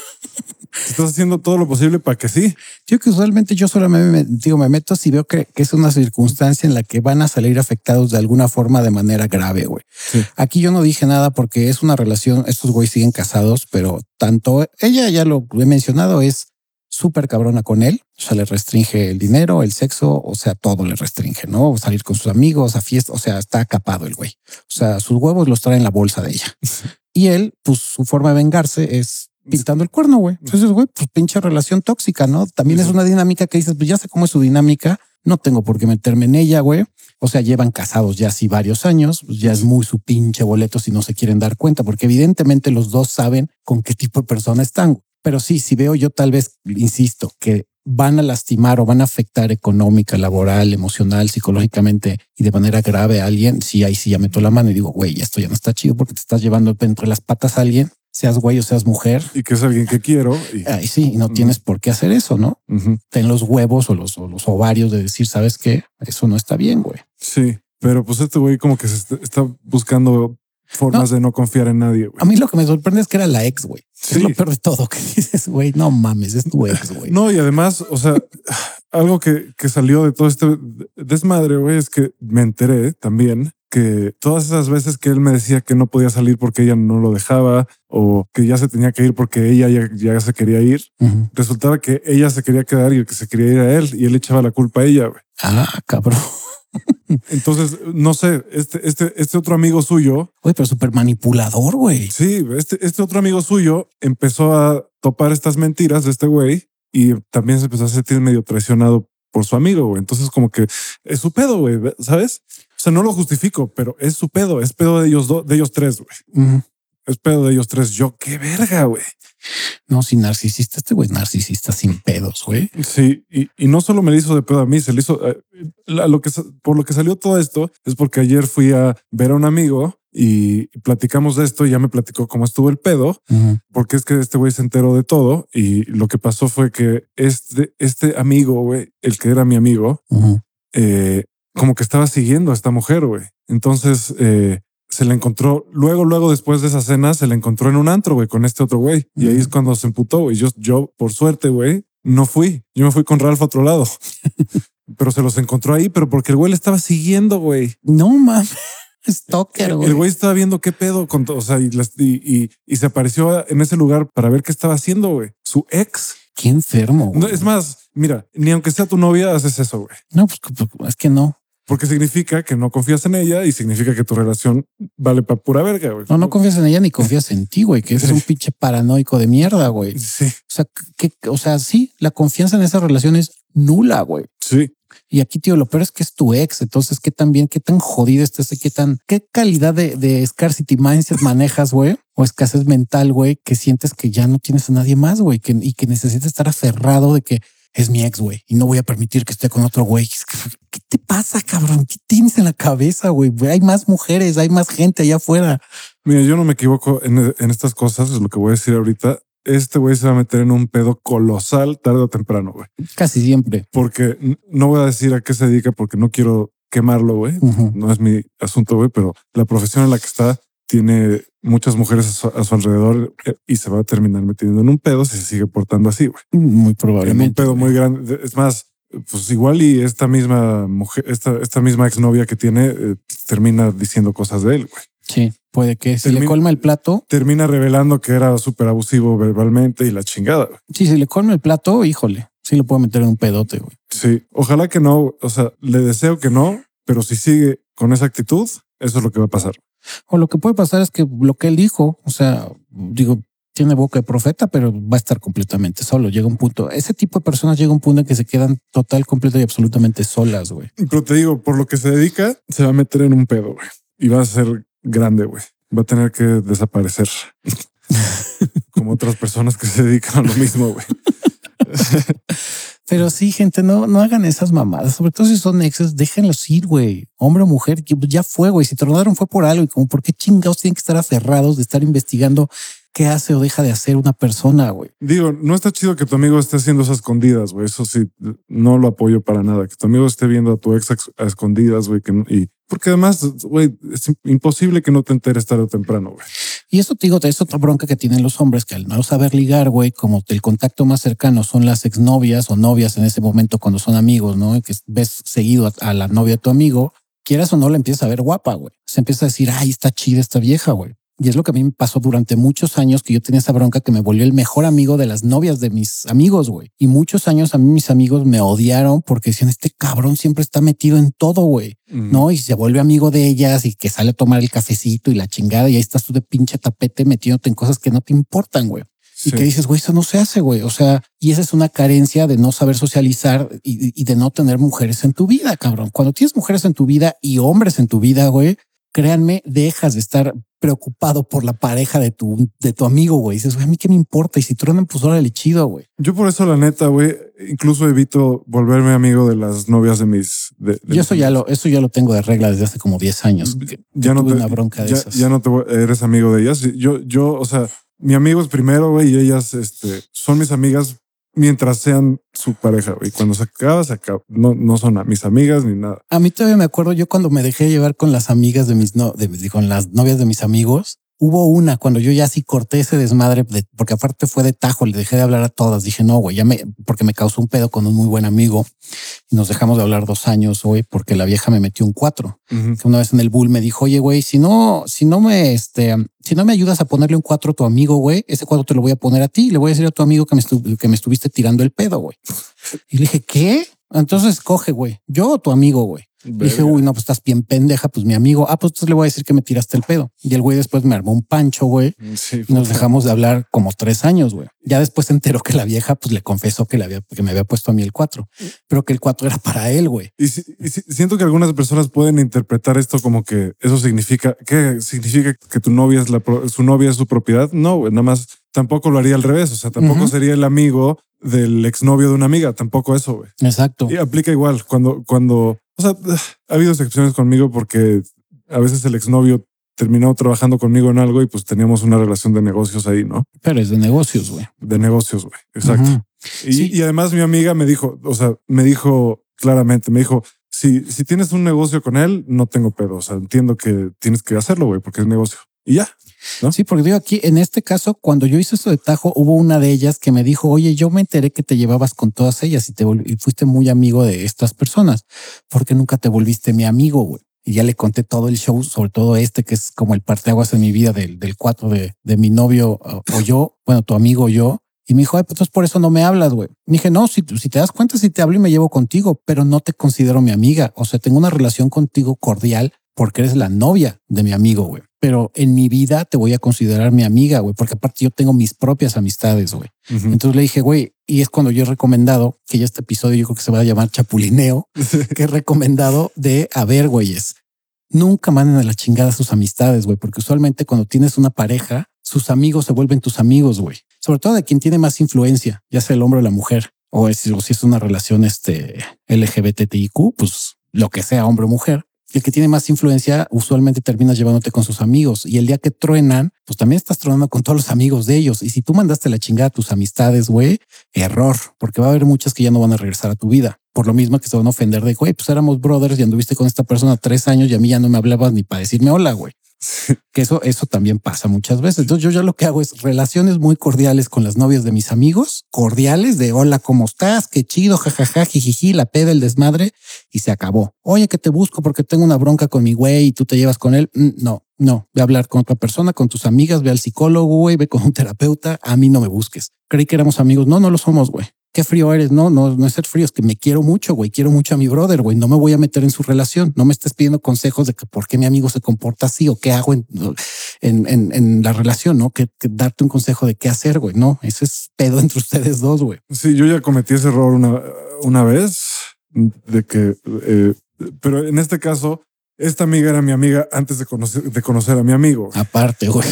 Estás haciendo todo lo posible para que sí. Yo que usualmente yo solamente me, digo, me meto si veo que, que es una circunstancia en la que van a salir afectados de alguna forma de manera grave, güey. Sí. Aquí yo no dije nada porque es una relación, estos güeyes siguen casados, pero tanto ella, ya lo he mencionado, es súper cabrona con él. O sea, le restringe el dinero, el sexo, o sea, todo le restringe, ¿no? Salir con sus amigos, a fiesta, o sea, está capado el güey. O sea, sus huevos los trae en la bolsa de ella. Y él, pues su forma de vengarse es pintando el cuerno, güey. Entonces, güey, pues pinche relación tóxica, ¿no? También sí. Es una dinámica que dices, pues ya sé cómo es su dinámica, no tengo por qué meterme en ella, güey. O sea, llevan casados ya así varios años, pues ya es muy su pinche boleto si no se quieren dar cuenta, porque evidentemente los dos saben con qué tipo de persona están. Pero sí, si veo yo tal vez, insisto, que van a lastimar o van a afectar económica, laboral, emocional, psicológicamente y de manera grave a alguien, sí, ahí sí ya meto la mano y digo, güey, esto ya no está chido porque te estás llevando entre las patas a alguien seas güey o seas mujer. Y que es alguien que quiero. Y, Ay, sí, y no uh-huh. tienes por qué hacer eso, ¿no? Uh-huh. Ten los huevos o los, o los ovarios de decir, ¿sabes qué? Eso no está bien, güey. Sí, pero pues este güey como que se está buscando formas no. de no confiar en nadie, güey. A mí lo que me sorprende es que era la ex, güey. Sí. Es lo peor de todo, que dices, güey, no mames, es tu ex, güey. No, y además, o sea, algo que, que salió de todo este desmadre, güey, es que me enteré también que todas esas veces que él me decía que no podía salir porque ella no lo dejaba o que ya se tenía que ir porque ella ya, ya se quería ir, uh-huh. resultaba que ella se quería quedar y el que se quería ir a él y él echaba la culpa a ella, güey. Ah, cabrón. Entonces, no sé, este, este, este otro amigo suyo. Güey, pero súper manipulador, güey. Sí, este, este otro amigo suyo empezó a topar estas mentiras de este güey y también se empezó a sentir medio traicionado por su amigo, güey. Entonces, como que es su pedo, güey, ¿sabes? O sea, no lo justifico, pero es su pedo, es pedo de ellos dos, de ellos tres, güey. Uh-huh. Es pedo de ellos tres. Yo, qué verga, güey. No, sin narcisista, este güey es narcisista sin pedos, güey. Sí, y, y no solo me lo hizo de pedo a mí, se le hizo eh, la, lo que por lo que salió todo esto es porque ayer fui a ver a un amigo y platicamos de esto y ya me platicó cómo estuvo el pedo, uh-huh. porque es que este güey se enteró de todo y lo que pasó fue que este, este amigo, güey, el que era mi amigo, uh-huh. eh, como que estaba siguiendo a esta mujer, güey. Entonces, eh, se le encontró luego, luego después de esa cena, se le encontró en un antro, güey, con este otro güey. Y ahí es cuando se emputó, güey. Yo, yo, por suerte, güey, no fui. Yo me fui con Ralph a otro lado. Pero se los encontró ahí, pero porque el güey le estaba siguiendo, güey. No, mames. Stalker, güey. El güey estaba viendo qué pedo con todo. O sea, y, y, y, y se apareció en ese lugar para ver qué estaba haciendo, güey. Su ex. Qué enfermo. No, es más, mira, ni aunque sea tu novia, haces eso, güey. No, pues es que no. Porque significa que no confías en ella y significa que tu relación vale para pura verga, güey. No, no confías en ella ni confías en ti, güey, que eres un pinche paranoico de mierda, güey. Sí. O sea, que, o sea, sí, la confianza en esa relación es nula, güey. Sí. Y aquí, tío, lo peor es que es tu ex. Entonces, qué tan bien, qué tan jodido estás, qué tan, qué calidad de, de scarcity mindset manejas, güey, o escasez mental, güey, que sientes que ya no tienes a nadie más, güey, que, y que necesitas estar aferrado de que es mi ex, güey, y no voy a permitir que esté con otro güey. ¿Qué te pasa, cabrón? ¿Qué tienes en la cabeza, güey? Hay más mujeres, hay más gente allá afuera. Mira, yo no me equivoco en, en estas cosas, es lo que voy a decir ahorita. Este güey se va a meter en un pedo colosal tarde o temprano, güey. Casi siempre. Porque no voy a decir a qué se dedica porque no quiero quemarlo, güey. Uh-huh. No es mi asunto, güey, pero la profesión en la que está tiene muchas mujeres a su, a su alrededor y se va a terminar metiendo en un pedo si se sigue portando así, güey. Muy probablemente. En un pedo muy grande. Es más, pues igual y esta misma mujer, esta, esta misma exnovia que tiene, eh, termina diciendo cosas de él, güey. Sí, puede que si termina, le colma el plato. Termina revelando que era súper abusivo verbalmente y la chingada, güey. Sí, si le colma el plato, híjole, sí lo puede meter en un pedote, güey. Sí, ojalá que no, o sea, le deseo que no, pero si sigue con esa actitud, eso es lo que va a pasar. O lo que puede pasar es que lo que él dijo, o sea, digo, tiene boca de profeta, pero va a estar completamente solo. Llega un punto, ese tipo de personas llega un punto en que se quedan total, completa y absolutamente solas, güey. Pero te digo, por lo que se dedica, se va a meter en un pedo, güey. Y va a ser grande, güey. Va a tener que desaparecer. Como otras personas que se dedican a lo mismo, güey. Pero sí, gente, no, no hagan esas mamadas. Sobre todo si son exes, déjenlos ir, güey. Hombre o mujer, ya fue, güey. Si te rodaron fue por algo y como por qué chingados tienen que estar aferrados de estar investigando qué hace o deja de hacer una persona, güey. Digo, no está chido que tu amigo esté haciendo esas escondidas, güey. Eso sí, no lo apoyo para nada. Que tu amigo esté viendo a tu ex a escondidas, güey. Que no, y porque además, güey, es imposible que no te enteres tarde o temprano, güey. Y eso te digo, es otra bronca que tienen los hombres, que al no saber ligar, güey, como el contacto más cercano son las exnovias o novias en ese momento cuando son amigos, ¿no? Y que ves seguido a, a la novia de tu amigo, quieras o no, la empiezas a ver guapa, güey. Se empieza a decir, ay, está chida esta vieja, güey. Y es lo que a mí me pasó durante muchos años, que yo tenía esa bronca que me volvió el mejor amigo de las novias de mis amigos, güey. Y muchos años a mí mis amigos me odiaron porque decían, este cabrón siempre está metido en todo, güey. Mm. ¿No? Y se vuelve amigo de ellas y que sale a tomar el cafecito y la chingada y ahí estás tú de pinche tapete metiéndote en cosas que no te importan, güey. Sí. Y que dices, güey, eso no se hace, güey. O sea, y esa es una carencia de no saber socializar y, y de no tener mujeres en tu vida, cabrón. Cuando tienes mujeres en tu vida y hombres en tu vida, güey, créanme, dejas de estar preocupado por la pareja de tu, de tu amigo, güey. Dices, güey, a mí qué me importa. Y si tronan, pues órale, chido, güey. Yo por eso, la neta, güey, incluso evito volverme amigo de las novias de mis... De, de Yo eso ya, lo, eso ya lo tengo de regla desde hace como diez años. Que ya no tuve te, una bronca de ya, esas. Ya no te eres amigo de ellas. Yo, yo, o sea, mi amigo es primero, güey, y ellas este, son mis amigas mientras sean su pareja, güey. Cuando se acaba, se acaba. No, no son a mis amigas ni nada. A mí todavía me acuerdo yo cuando me dejé llevar con las amigas de mis no, de, con las novias de mis amigos. Hubo una cuando yo ya sí corté ese desmadre, de, porque aparte fue de tajo, le dejé de hablar a todas. Dije, no, güey, ya me, porque me causó un pedo con un muy buen amigo y nos dejamos de hablar dos años, güey, porque la vieja me metió un cuatro. Uh-huh. Que una vez en el bull me dijo, oye, güey, si no, si no me, este, si no me ayudas a ponerle un cuatro a tu amigo, güey, ese cuatro te lo voy a poner a ti y le voy a decir a tu amigo que me, estu- que me estuviste tirando el pedo, güey. Y le dije, ¿qué? Entonces coge, güey, yo o tu amigo, güey. Dije, uy, no, pues estás bien pendeja. Pues mi amigo, ah, pues entonces le voy a decir que me tiraste el pedo. Y el güey después me armó un pancho, güey. Sí, y nos dejamos de hablar como tres años, güey. Ya después se enteró que la vieja, pues le confesó que le había, que me había puesto a mí el cuatro, pero que el cuatro era para él, güey. Y, si, y si, siento que algunas personas pueden interpretar esto como que eso significa, ¿qué significa que tu novia es la, su novia es su propiedad? No, güey, nada más tampoco lo haría al revés. O sea, tampoco uh-huh. sería el amigo del exnovio de una amiga. Tampoco eso, güey. Exacto. Y aplica igual cuando, cuando, o sea, ha habido excepciones conmigo porque a veces el exnovio terminó trabajando conmigo en algo y pues teníamos una relación de negocios ahí, ¿no? Pero es de negocios, güey. De negocios, güey. Exacto. Uh-huh. Y, sí. y además mi amiga me dijo, o sea, me dijo claramente, me dijo, si, si tienes un negocio con él, no tengo pedo. O sea, entiendo que tienes que hacerlo, güey, porque es negocio. Y ya. ¿No? Sí, porque digo aquí, en este caso, cuando yo hice esto de tajo, hubo una de ellas que me dijo, oye, yo me enteré que te llevabas con todas ellas y te vol- y fuiste muy amigo de estas personas. ¿Por qué nunca te volviste mi amigo, güey? Y ya le conté todo el show, sobre todo este, que es como el parteaguas en mi vida del, del cuatro de, de mi novio o, o yo, bueno, tu amigo o yo. Y me dijo, ay, pues entonces por eso no me hablas, güey. Me dije, no, si, si te das cuenta, si te hablo y me llevo contigo, pero no te considero mi amiga. O sea, tengo una relación contigo cordial porque eres la novia de mi amigo, güey. Pero en mi vida te voy a considerar mi amiga, güey, porque aparte yo tengo mis propias amistades, güey. Uh-huh. Entonces le dije, güey, y es cuando yo he recomendado que ya este episodio yo creo que se va a llamar Chapulineo, que he recomendado de, a ver, güeyes, nunca manden a la chingada sus amistades, güey, porque usualmente cuando tienes una pareja, sus amigos se vuelven tus amigos, güey. Sobre todo de quien tiene más influencia, ya sea el hombre o la mujer, o, es, o si es una relación este, L G B T I Q, pues lo que sea, hombre o mujer. El que tiene más influencia usualmente terminas llevándote con sus amigos y el día que truenan, pues también estás tronando con todos los amigos de ellos. Y si tú mandaste la chingada a tus amistades, güey, error, porque va a haber muchas que ya no van a regresar a tu vida. Por lo mismo que se van a ofender de, güey, pues éramos brothers y anduviste con esta persona tres años y a mí ya no me hablabas ni para decirme hola, güey. Que eso, eso también pasa muchas veces. Entonces yo ya lo que hago es relaciones muy cordiales con las novias de mis amigos, cordiales de hola, ¿cómo estás? Qué chido, jajaja, jijiji, la peda, el desmadre y se acabó. Oye, que te busco porque tengo una bronca con mi güey y tú te llevas con él. No, no, ve a hablar con otra persona, con tus amigas, ve al psicólogo, güey, ve con un terapeuta. A mí no me busques. Creí que éramos amigos. No, no lo somos, güey. Qué frío eres. No, no, no es ser frío. Es que me quiero mucho, güey. Quiero mucho a mi brother, güey. No me voy a meter en su relación. No me estés pidiendo consejos de que por qué mi amigo se comporta así o qué hago en, en, en, en la relación, ¿no? Que, que darte un consejo de qué hacer, güey. No, ese es pedo entre ustedes dos, güey. Sí, yo ya cometí ese error una, una vez de que, eh, pero en este caso, esta amiga era mi amiga antes de conocer, de conocer a mi amigo. Aparte, güey.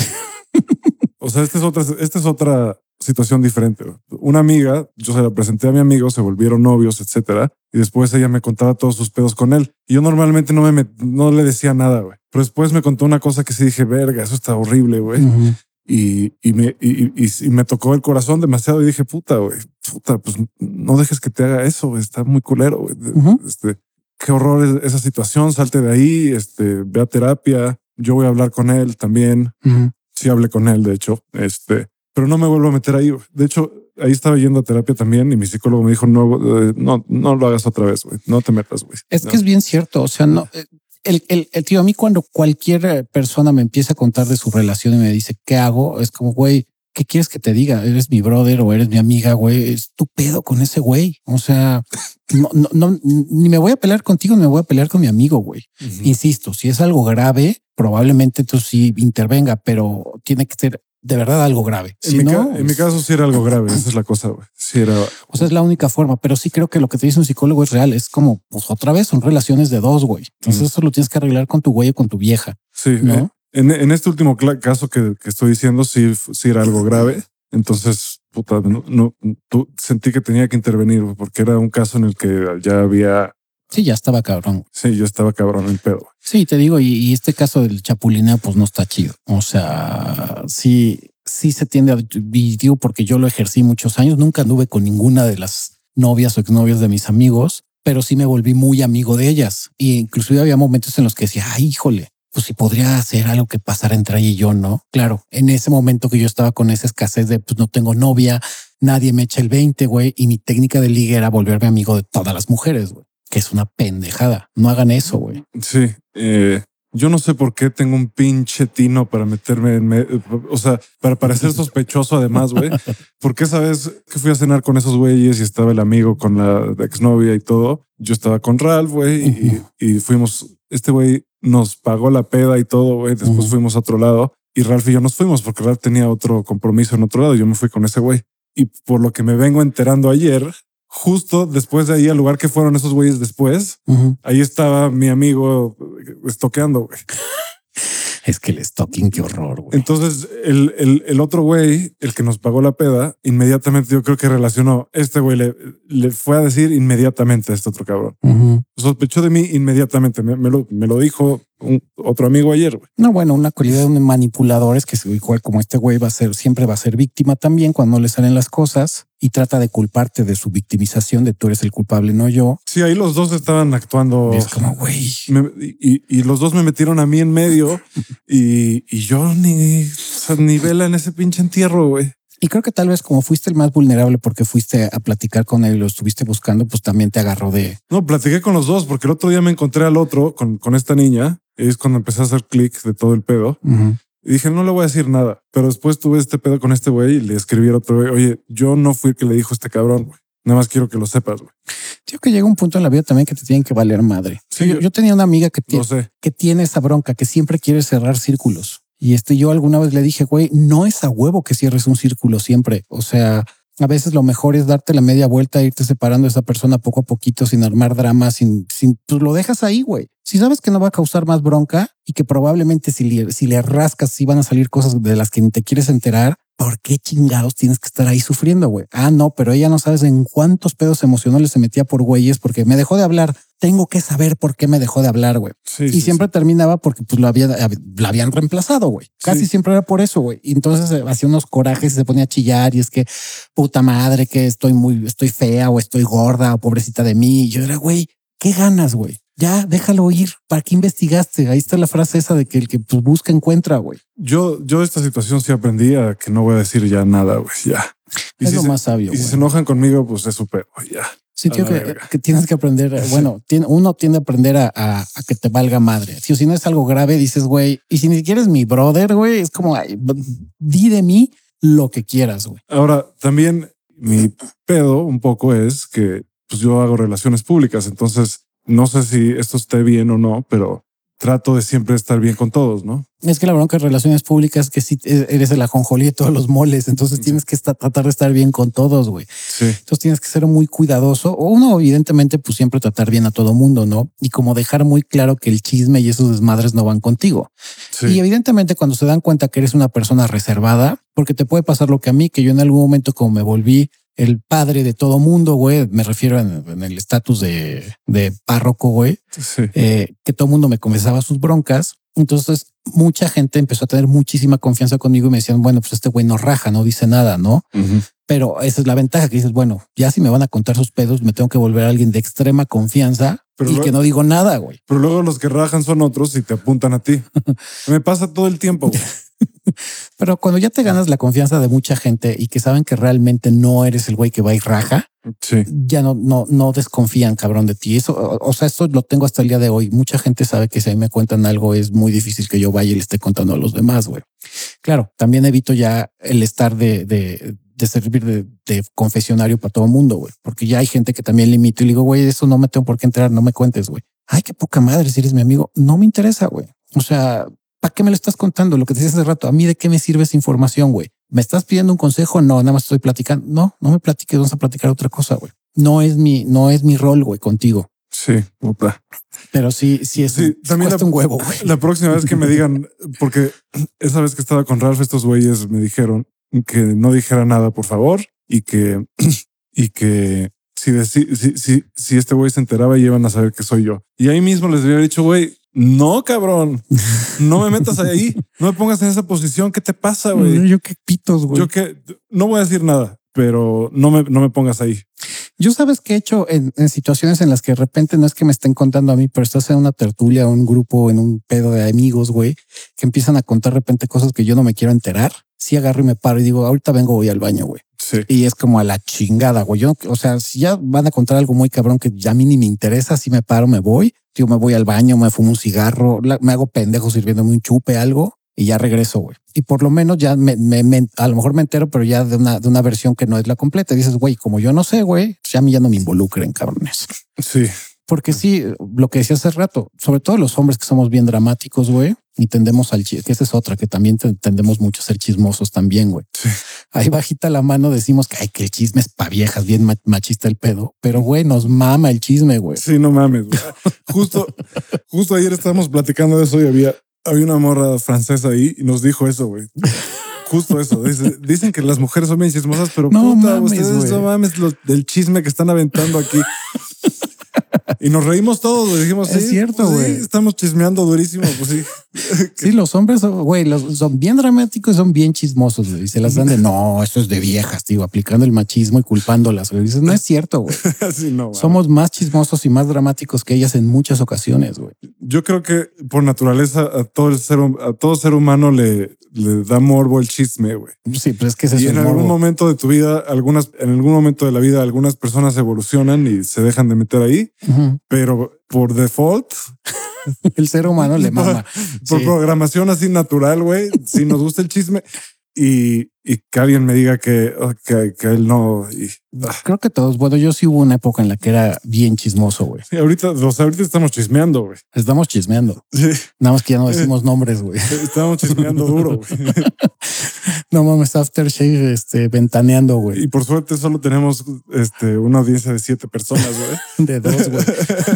O sea, esta es otra, esta es otra situación diferente. Una amiga, yo se la presenté a mi amigo, se volvieron novios, etcétera. Y después ella me contaba todos sus pedos con él. Y yo normalmente no me, no le decía nada, güey. Pero después me contó una cosa que sí dije, verga, eso está horrible, güey. Uh-huh. Y, y, me, y, y, y me tocó el corazón demasiado y dije, puta, güey, puta, pues no dejes que te haga eso, güey. Está muy culero, güey. Uh-huh. Este, qué horror es esa situación, salte de ahí, este, ve a terapia. Yo voy a hablar con él también. Uh-huh. Sí hablé con él, de hecho, este, pero no me vuelvo a meter ahí. De hecho, ahí estaba yendo a terapia también y mi psicólogo me dijo, no, eh, no, no lo hagas otra vez, güey. No te metas, güey. Es no. que es bien cierto. O sea, no, el, el, el tío, a mí cuando cualquier persona me empieza a contar de su relación y me dice, ¿qué hago? Es como, güey, ¿qué quieres que te diga? ¿Eres mi brother o eres mi amiga, güey? Es tu pedo con ese güey. O sea, no, no, no, ni me voy a pelear contigo, ni me voy a pelear con mi amigo, güey. Uh-huh. Insisto, si es algo grave, probablemente tú sí intervenga, pero tiene que ser de verdad algo grave. En, si mi, no, ca- en mi caso sí era algo grave. Esa es la cosa, güey. Sí era. O sea, es la única forma, pero sí creo que lo que te dice un psicólogo es real. Es como, pues otra vez son relaciones de dos, güey. Entonces uh-huh. eso lo tienes que arreglar con tu güey o con tu vieja. Sí, ¿no? En, en este último cl- caso que, que estoy diciendo, sí, sí era algo grave. Entonces, puta, no, no tú, sentí que tenía que intervenir porque era un caso en el que ya había. Sí, ya estaba cabrón. Sí, yo estaba cabrón el pedo. Sí, te digo, y, y este caso del chapulineo, pues no está chido. O sea, sí, sí se tiende a dividir porque yo lo ejercí muchos años. Nunca anduve con ninguna de las novias o exnovias de mis amigos, pero sí me volví muy amigo de ellas. Y inclusive había momentos en los que decía, ay, híjole, pues si podría hacer algo que pasara entre ella y yo, ¿no? Claro, en ese momento que yo estaba con esa escasez de pues no tengo novia, nadie me echa el veinte, güey, y mi técnica de ligue era volverme amigo de todas las mujeres, güey, que es una pendejada. No hagan eso, güey. Sí, eh, yo no sé por qué tengo un pinche tino para meterme en, me o sea, para parecer sospechoso además, güey. Porque esa vez que fui a cenar con esos güeyes y estaba el amigo con la exnovia y todo, yo estaba con Ralph, güey, y, y fuimos, este güey nos pagó la peda y todo, güey. Después uh-huh. fuimos a otro lado y Ralph y yo nos fuimos porque Ralph tenía otro compromiso en otro lado. Yo me fui con ese güey. Y por lo que me vengo enterando ayer, justo después de ahí al lugar que fueron esos güeyes después, uh-huh. ahí estaba mi amigo estoqueando, güey. Es que el stalking, qué horror, güey. Entonces el, el, el otro güey, el que nos pagó la peda, inmediatamente yo creo que relacionó, este güey le, le fue a decir inmediatamente a este otro cabrón. Uh-huh. Sospechó de mí inmediatamente, me, me, lo, me lo dijo un, otro amigo ayer, güey. No, bueno, una cualidad de un manipulador es que igual como este güey va a ser, siempre va a ser víctima también cuando no le salen las cosas y trata de culparte de su victimización, de tú eres el culpable, no yo. Sí, ahí los dos estaban actuando. Es como, güey. Y, y los dos me metieron a mí en medio y, y yo ni, o sea, ni vela en ese pinche entierro, güey. Y creo que tal vez como fuiste el más vulnerable porque fuiste a platicar con él y lo estuviste buscando, pues también te agarró de... No, platiqué con los dos porque el otro día me encontré al otro con, con esta niña y es cuando empecé a hacer clic de todo el pedo. Uh-huh. Y dije, no le voy a decir nada. Pero después tuve este pedo con este güey y le escribí al otro güey, oye, yo no fui el que le dijo a este cabrón, güey. Nada más quiero que lo sepas, güey. Tío, que llega un punto en la vida también que te tienen que valer madre. Sí, yo, yo, yo tenía una amiga que, no sé. que tiene esa bronca, que siempre quiere cerrar círculos. Y este, yo alguna vez le dije, güey, no es a huevo que cierres un círculo siempre. O sea, a veces lo mejor es darte la media vuelta, irte separando de esa persona poco a poquito, sin armar drama, sin, sin, pues lo dejas ahí, güey. Si sabes que no va a causar más bronca y que probablemente si le, si le rascas, sí van a salir cosas de las que ni te quieres enterar, ¿por qué chingados tienes que estar ahí sufriendo, güey? Ah, no, pero ella no sabes en cuántos pedos emocionales se metía por güeyes porque me dejó de hablar. Tengo que saber por qué me dejó de hablar, güey. Sí, y sí, siempre sí. terminaba porque pues lo había, la habían reemplazado, güey. Casi Sí. siempre era por eso, güey. Y entonces hacía unos corajes y se ponía a chillar y es que puta madre, que estoy muy, estoy fea o estoy gorda o pobrecita de mí. Y yo era, güey, ¿qué ganas, güey? Ya déjalo ir. ¿Para qué investigaste? Ahí está la frase esa de que el que pues, busca encuentra, güey. Yo, yo de esta situación sí aprendí a que no voy a decir ya nada, güey. Ya. Y es si lo se, más sabio. Y güey. si se enojan conmigo, pues es su pedo, ya. Sí, tío, que, que tienes que aprender. Bueno, tiene, uno tiende a aprender a, a, a que te valga madre. Si, o si no es algo grave, dices, güey, y si ni siquiera es mi brother, güey, es como, ay, di de mí lo que quieras, güey. Ahora, también mi pedo un poco es que pues yo hago relaciones públicas, entonces no sé si esto esté bien o no, pero trato de siempre estar bien con todos, ¿no? Es que la bronca de relaciones públicas es que si sí eres el ajonjolí de todos los moles, entonces sí. tienes que estar, tratar de estar bien con todos, güey. Sí. Entonces tienes que ser muy cuidadoso. O uno, evidentemente, pues siempre tratar bien a todo mundo, ¿no? Y como dejar muy claro que el chisme y esos desmadres no van contigo. Sí. Y evidentemente cuando se dan cuenta que eres una persona reservada, porque te puede pasar lo que a mí, que yo en algún momento como me volví el padre de todo mundo, güey, me refiero en, en el estatus de, de párroco, güey, sí. eh, que todo mundo me confesaba sus broncas. Entonces mucha gente empezó a tener muchísima confianza conmigo y me decían, bueno, pues este güey no raja, no dice nada, ¿no? Uh-huh. Pero esa es la ventaja que dices, bueno, ya si me van a contar sus pedos, me tengo que volver a alguien de extrema confianza pero y luego, que no digo nada, güey. Pero luego los que rajan son otros y te apuntan a ti. Me pasa todo el tiempo, güey. Pero cuando ya te ganas la confianza de mucha gente y que saben que realmente no eres el güey que va y raja, sí. ya no, no, no desconfían, cabrón, de ti. Eso, o, o sea, esto lo tengo hasta el día de hoy. Mucha gente sabe que si a mí me cuentan algo es muy difícil que yo vaya y le esté contando a los demás, güey. Claro, también evito ya el estar de, de, de servir de, de confesionario para todo el mundo, güey, porque ya hay gente que también limito y le digo, güey, eso no me tengo por qué enterar, no me cuentes, güey. Ay, qué poca madre, si eres mi amigo, no me interesa, güey. O sea, ¿para qué me lo estás contando? Lo que te decía hace rato, a mí de qué me sirve esa información, güey. ¿Me estás pidiendo un consejo? No, nada más estoy platicando. No, no me platiques, vamos a platicar otra cosa, güey. No es mi, no es mi rol, güey, contigo. Sí, puta. Pero sí, sí es sí, también cuesta la, un huevo, güey. La próxima vez que me digan, porque esa vez que estaba con Ralph, estos güeyes me dijeron que no dijera nada, por favor, y que, y que si, si, si, si, si este güey se enteraba, iban a saber que soy yo. Y ahí mismo les había dicho, güey, no, cabrón, no me metas ahí, no me pongas en esa posición. ¿Qué te pasa, güey? Yo qué pitos, güey. Yo que no voy a decir nada, pero no me, no me pongas ahí. Yo sabes que he hecho en, en situaciones en las que de repente no es que me estén contando a mí, pero estás en una tertulia, un grupo, en un pedo de amigos, güey, que empiezan a contar de repente cosas que yo no me quiero enterar. Sí agarro y me paro y digo, ahorita vengo, voy al baño, güey. Sí. Y es como a la chingada, güey. Yo, o sea, si ya van a contar algo muy cabrón que ya a mí ni me interesa, si me paro, me voy. Yo me voy al baño, me fumo un cigarro, la, me hago pendejo sirviéndome un chupe, algo, y ya regreso, güey. Y por lo menos ya me, me, me, a lo mejor me entero, pero ya de una, de una versión que no es la completa. Y dices, güey, como yo no sé, güey, pues ya a mí ya no me involucren, cabrones. Sí. Porque sí, lo que decía hace rato, sobre todo los hombres que somos bien dramáticos, güey, y tendemos al chisme, que esa es otra, que también tendemos mucho a ser chismosos también, güey. Sí. Ahí bajita la mano decimos que, ay, que el chisme es pa' viejas, bien machista el pedo, pero güey, nos mama el chisme, güey. Sí, no mames. Güey. Justo, justo ayer estábamos platicando de eso y había, había una morra francesa ahí y nos dijo eso, güey. Justo eso. Dice, dicen que las mujeres son bien chismosas, pero no puta, mames, ustedes güey. no mames lo, del chisme que están aventando aquí. Y nos reímos todos, güey. Dijimos, es sí, cierto, pues güey. Sí, estamos chismeando durísimo, pues sí. Sí, los hombres, güey, los, son bien dramáticos, son bien chismosos, güey. Y se las dan de, no, esto es de viejas, digo, aplicando el machismo y culpándolas. Güey. Dices, no es cierto, güey. Sí, no, somos más chismosos y más dramáticos que ellas en muchas ocasiones, güey. Yo creo que por naturaleza a todo el ser, a todo ser humano le, le da morbo el chisme, güey. Sí, pero es que ese y es en el algún morbo. momento de tu vida, algunas, en algún momento de la vida, algunas personas evolucionan y se dejan de meter ahí, uh-huh. pero por default, el ser humano le mama. Por, por sí. programación así natural, güey. Si nos gusta el chisme y, y que alguien me diga que, que, que él no. Y, ah. Creo que todos. Bueno, yo sí hubo una época en la que era bien chismoso, güey. Sí, ahorita, o sea, ahorita estamos chismeando, güey. Estamos chismeando. Sí. Nada más que ya no decimos nombres, güey. Estamos chismeando duro, güey. No mames, aftershave, este, ventaneando, güey. Y por suerte solo tenemos este, una audiencia de siete personas, güey. De dos, güey.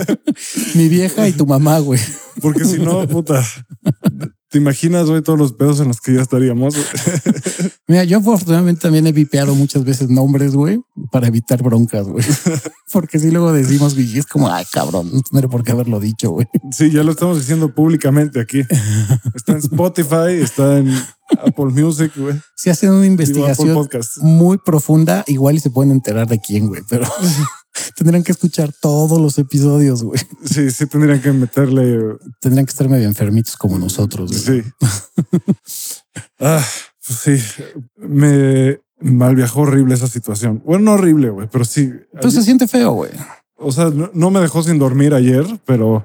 Mi vieja y tu mamá, güey. Porque si no, puta, te imaginas, güey, todos los pedos en los que ya estaríamos. Güey. Mira, yo afortunadamente también he vipeado muchas veces nombres, güey, para evitar broncas, güey. Porque si luego decimos, güey, es como, ay, cabrón, no tendré por qué haberlo dicho, güey. Sí, ya lo estamos diciendo públicamente aquí. Está en Spotify, está en Apple Music, güey. Si hacen una investigación muy profunda, igual y se pueden enterar de quién, güey, pero tendrían que escuchar todos los episodios, güey. Sí, sí, tendrían que meterle. Tendrían que estar medio enfermitos como nosotros, güey. Sí. ah, pues sí, me malviajó horrible esa situación. Bueno, no horrible, güey, pero sí. Pues se siente feo, güey. O sea, no, no me dejó sin dormir ayer, pero,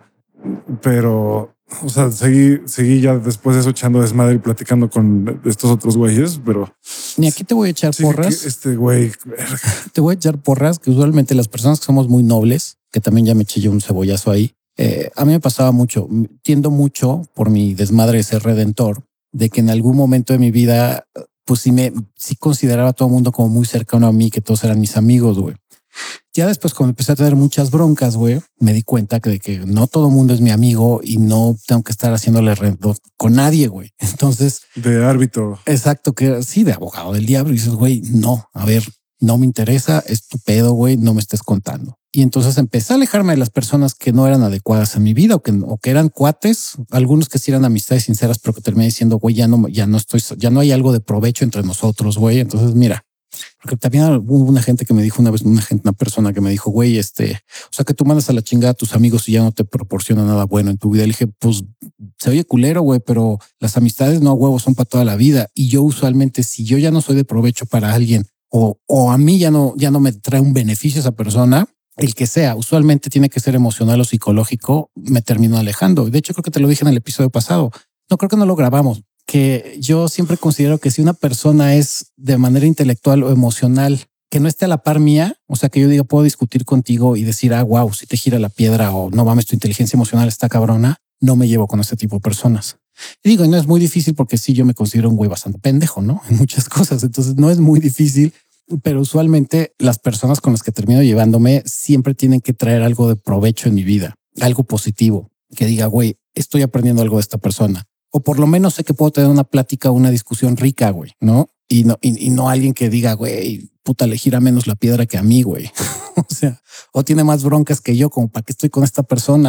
pero, o sea, seguí, seguí ya después de eso echando desmadre y platicando con estos otros güeyes, pero. Ni aquí te voy a echar sí, porras. Este güey. Te voy a echar porras que usualmente las personas que somos muy nobles, que también ya me eché yo un cebollazo ahí. Eh, a mí me pasaba mucho, tiendo mucho por mi desmadre de ser redentor, de que en algún momento de mi vida, pues sí me, sí consideraba a todo el mundo como muy cercano a mí, que todos eran mis amigos, güey. Ya después, cuando empecé a tener muchas broncas, güey, me di cuenta que de que no todo el mundo es mi amigo y no tengo que estar haciéndole redentor con nadie, güey. Entonces, de árbitro. Exacto, que sí, de abogado del diablo. Y dices, güey, no, a ver, no me interesa, es tu pedo, güey, no me estés contando. Y entonces empecé a alejarme de las personas que no eran adecuadas en mi vida o que, o que eran cuates, algunos que sí eran amistades sinceras, pero que terminé diciendo, güey, ya no, ya no estoy, ya no hay algo de provecho entre nosotros, güey. Entonces, mira, porque también hubo una gente que me dijo una vez, una gente, una persona que me dijo, güey, este, o sea, que tú mandas a la chingada a tus amigos y ya no te proporciona nada bueno en tu vida. Le dije, pues se oye culero, güey, pero las amistades no a huevo son para toda la vida. Y yo usualmente, si yo ya no soy de provecho para alguien o, o a mí ya no, ya no me trae un beneficio esa persona, el que sea, usualmente tiene que ser emocional o psicológico, me termino alejando. De hecho, creo que te lo dije en el episodio pasado. No, creo que no lo grabamos. Que yo siempre considero que si una persona es de manera intelectual o emocional, que no esté a la par mía, o sea, que yo diga, puedo discutir contigo y decir, ah, wow, si te gira la piedra o no mames, tu inteligencia emocional está cabrona, no me llevo con este tipo de personas. Y digo, y no es muy difícil porque sí, yo me considero un güey bastante pendejo, ¿no? En muchas cosas. Entonces no es muy difícil, pero usualmente las personas con las que termino llevándome siempre tienen que traer algo de provecho en mi vida, algo positivo, que diga, güey, estoy aprendiendo algo de esta persona. O por lo menos sé que puedo tener una plática o una discusión rica, güey, ¿no? Y no, y, y no alguien que diga, güey, puta, le gira menos la piedra que a mí, güey. O sea, o tiene más broncas que yo, como para qué estoy con esta persona, güey.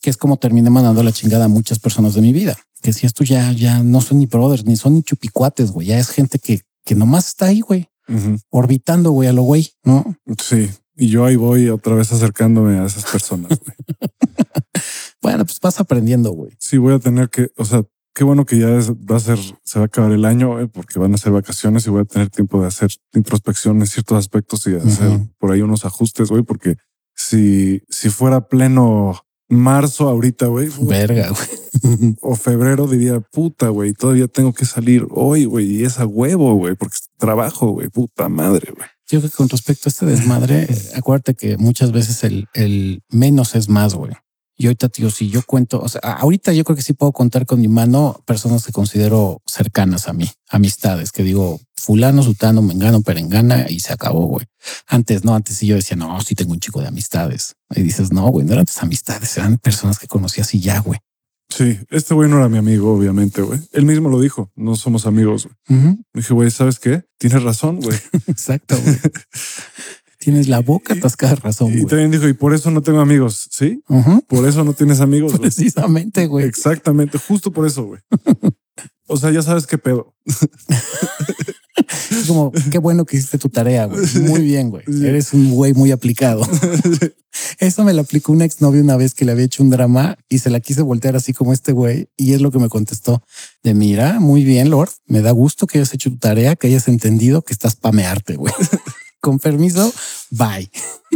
que es como terminé mandando la chingada a muchas personas de mi vida. Que si esto ya, ya no son ni brothers, ni son ni chupicuates, güey. Ya es gente que, que nomás está ahí, güey. Uh-huh. Orbitando, güey, a lo güey, ¿no? Sí. Y yo ahí voy otra vez acercándome a esas personas, güey. Bueno, pues vas aprendiendo, güey. Sí, voy a tener que, o sea, qué bueno que ya es, va a ser, se va a acabar el año, eh, porque van a ser vacaciones y voy a tener tiempo de hacer introspección en ciertos aspectos y hacer uh-huh. por ahí unos ajustes, güey, porque si, si fuera pleno marzo ahorita, güey. Verga, güey. O febrero diría, puta, güey, todavía tengo que salir hoy, güey, y es a huevo, güey, porque trabajo, güey, puta madre, güey. Yo creo que con respecto a este desmadre, acuérdate que muchas veces el, el menos es más, güey. Y ahorita, tío, si yo cuento, o sea, ahorita yo creo que sí puedo contar con mi mano personas que considero cercanas a mí, amistades, que digo, fulano, sutano, mengano, perengana, y se acabó, güey. Antes, no, antes sí yo decía, no, sí tengo un chico de amistades. Y dices, no, güey, no eran tus amistades, eran personas que conocías y ya, güey. Sí, este güey no era mi amigo, obviamente, güey. Él mismo lo dijo, no somos amigos, güey. Uh-huh. Dije, güey, ¿sabes qué? Tienes razón, güey. Exacto, güey. Tienes la boca atascada de razón, güey. Y también dijo, y por eso no tengo amigos, ¿sí? Uh-huh. Por eso no tienes amigos. Precisamente, güey. Exactamente, justo por eso, güey. O sea, ya sabes qué pedo. Es como, qué bueno que hiciste tu tarea, güey. Muy bien, güey. Sí. Eres un güey muy aplicado. Eso me lo aplicó una exnovia una vez que le había hecho un drama y se la quise voltear así como este güey. Y es lo que me contestó de mira, muy bien, Lord. Me da gusto que hayas hecho tu tarea, que hayas entendido que estás pamearte, güey. Con permiso, bye.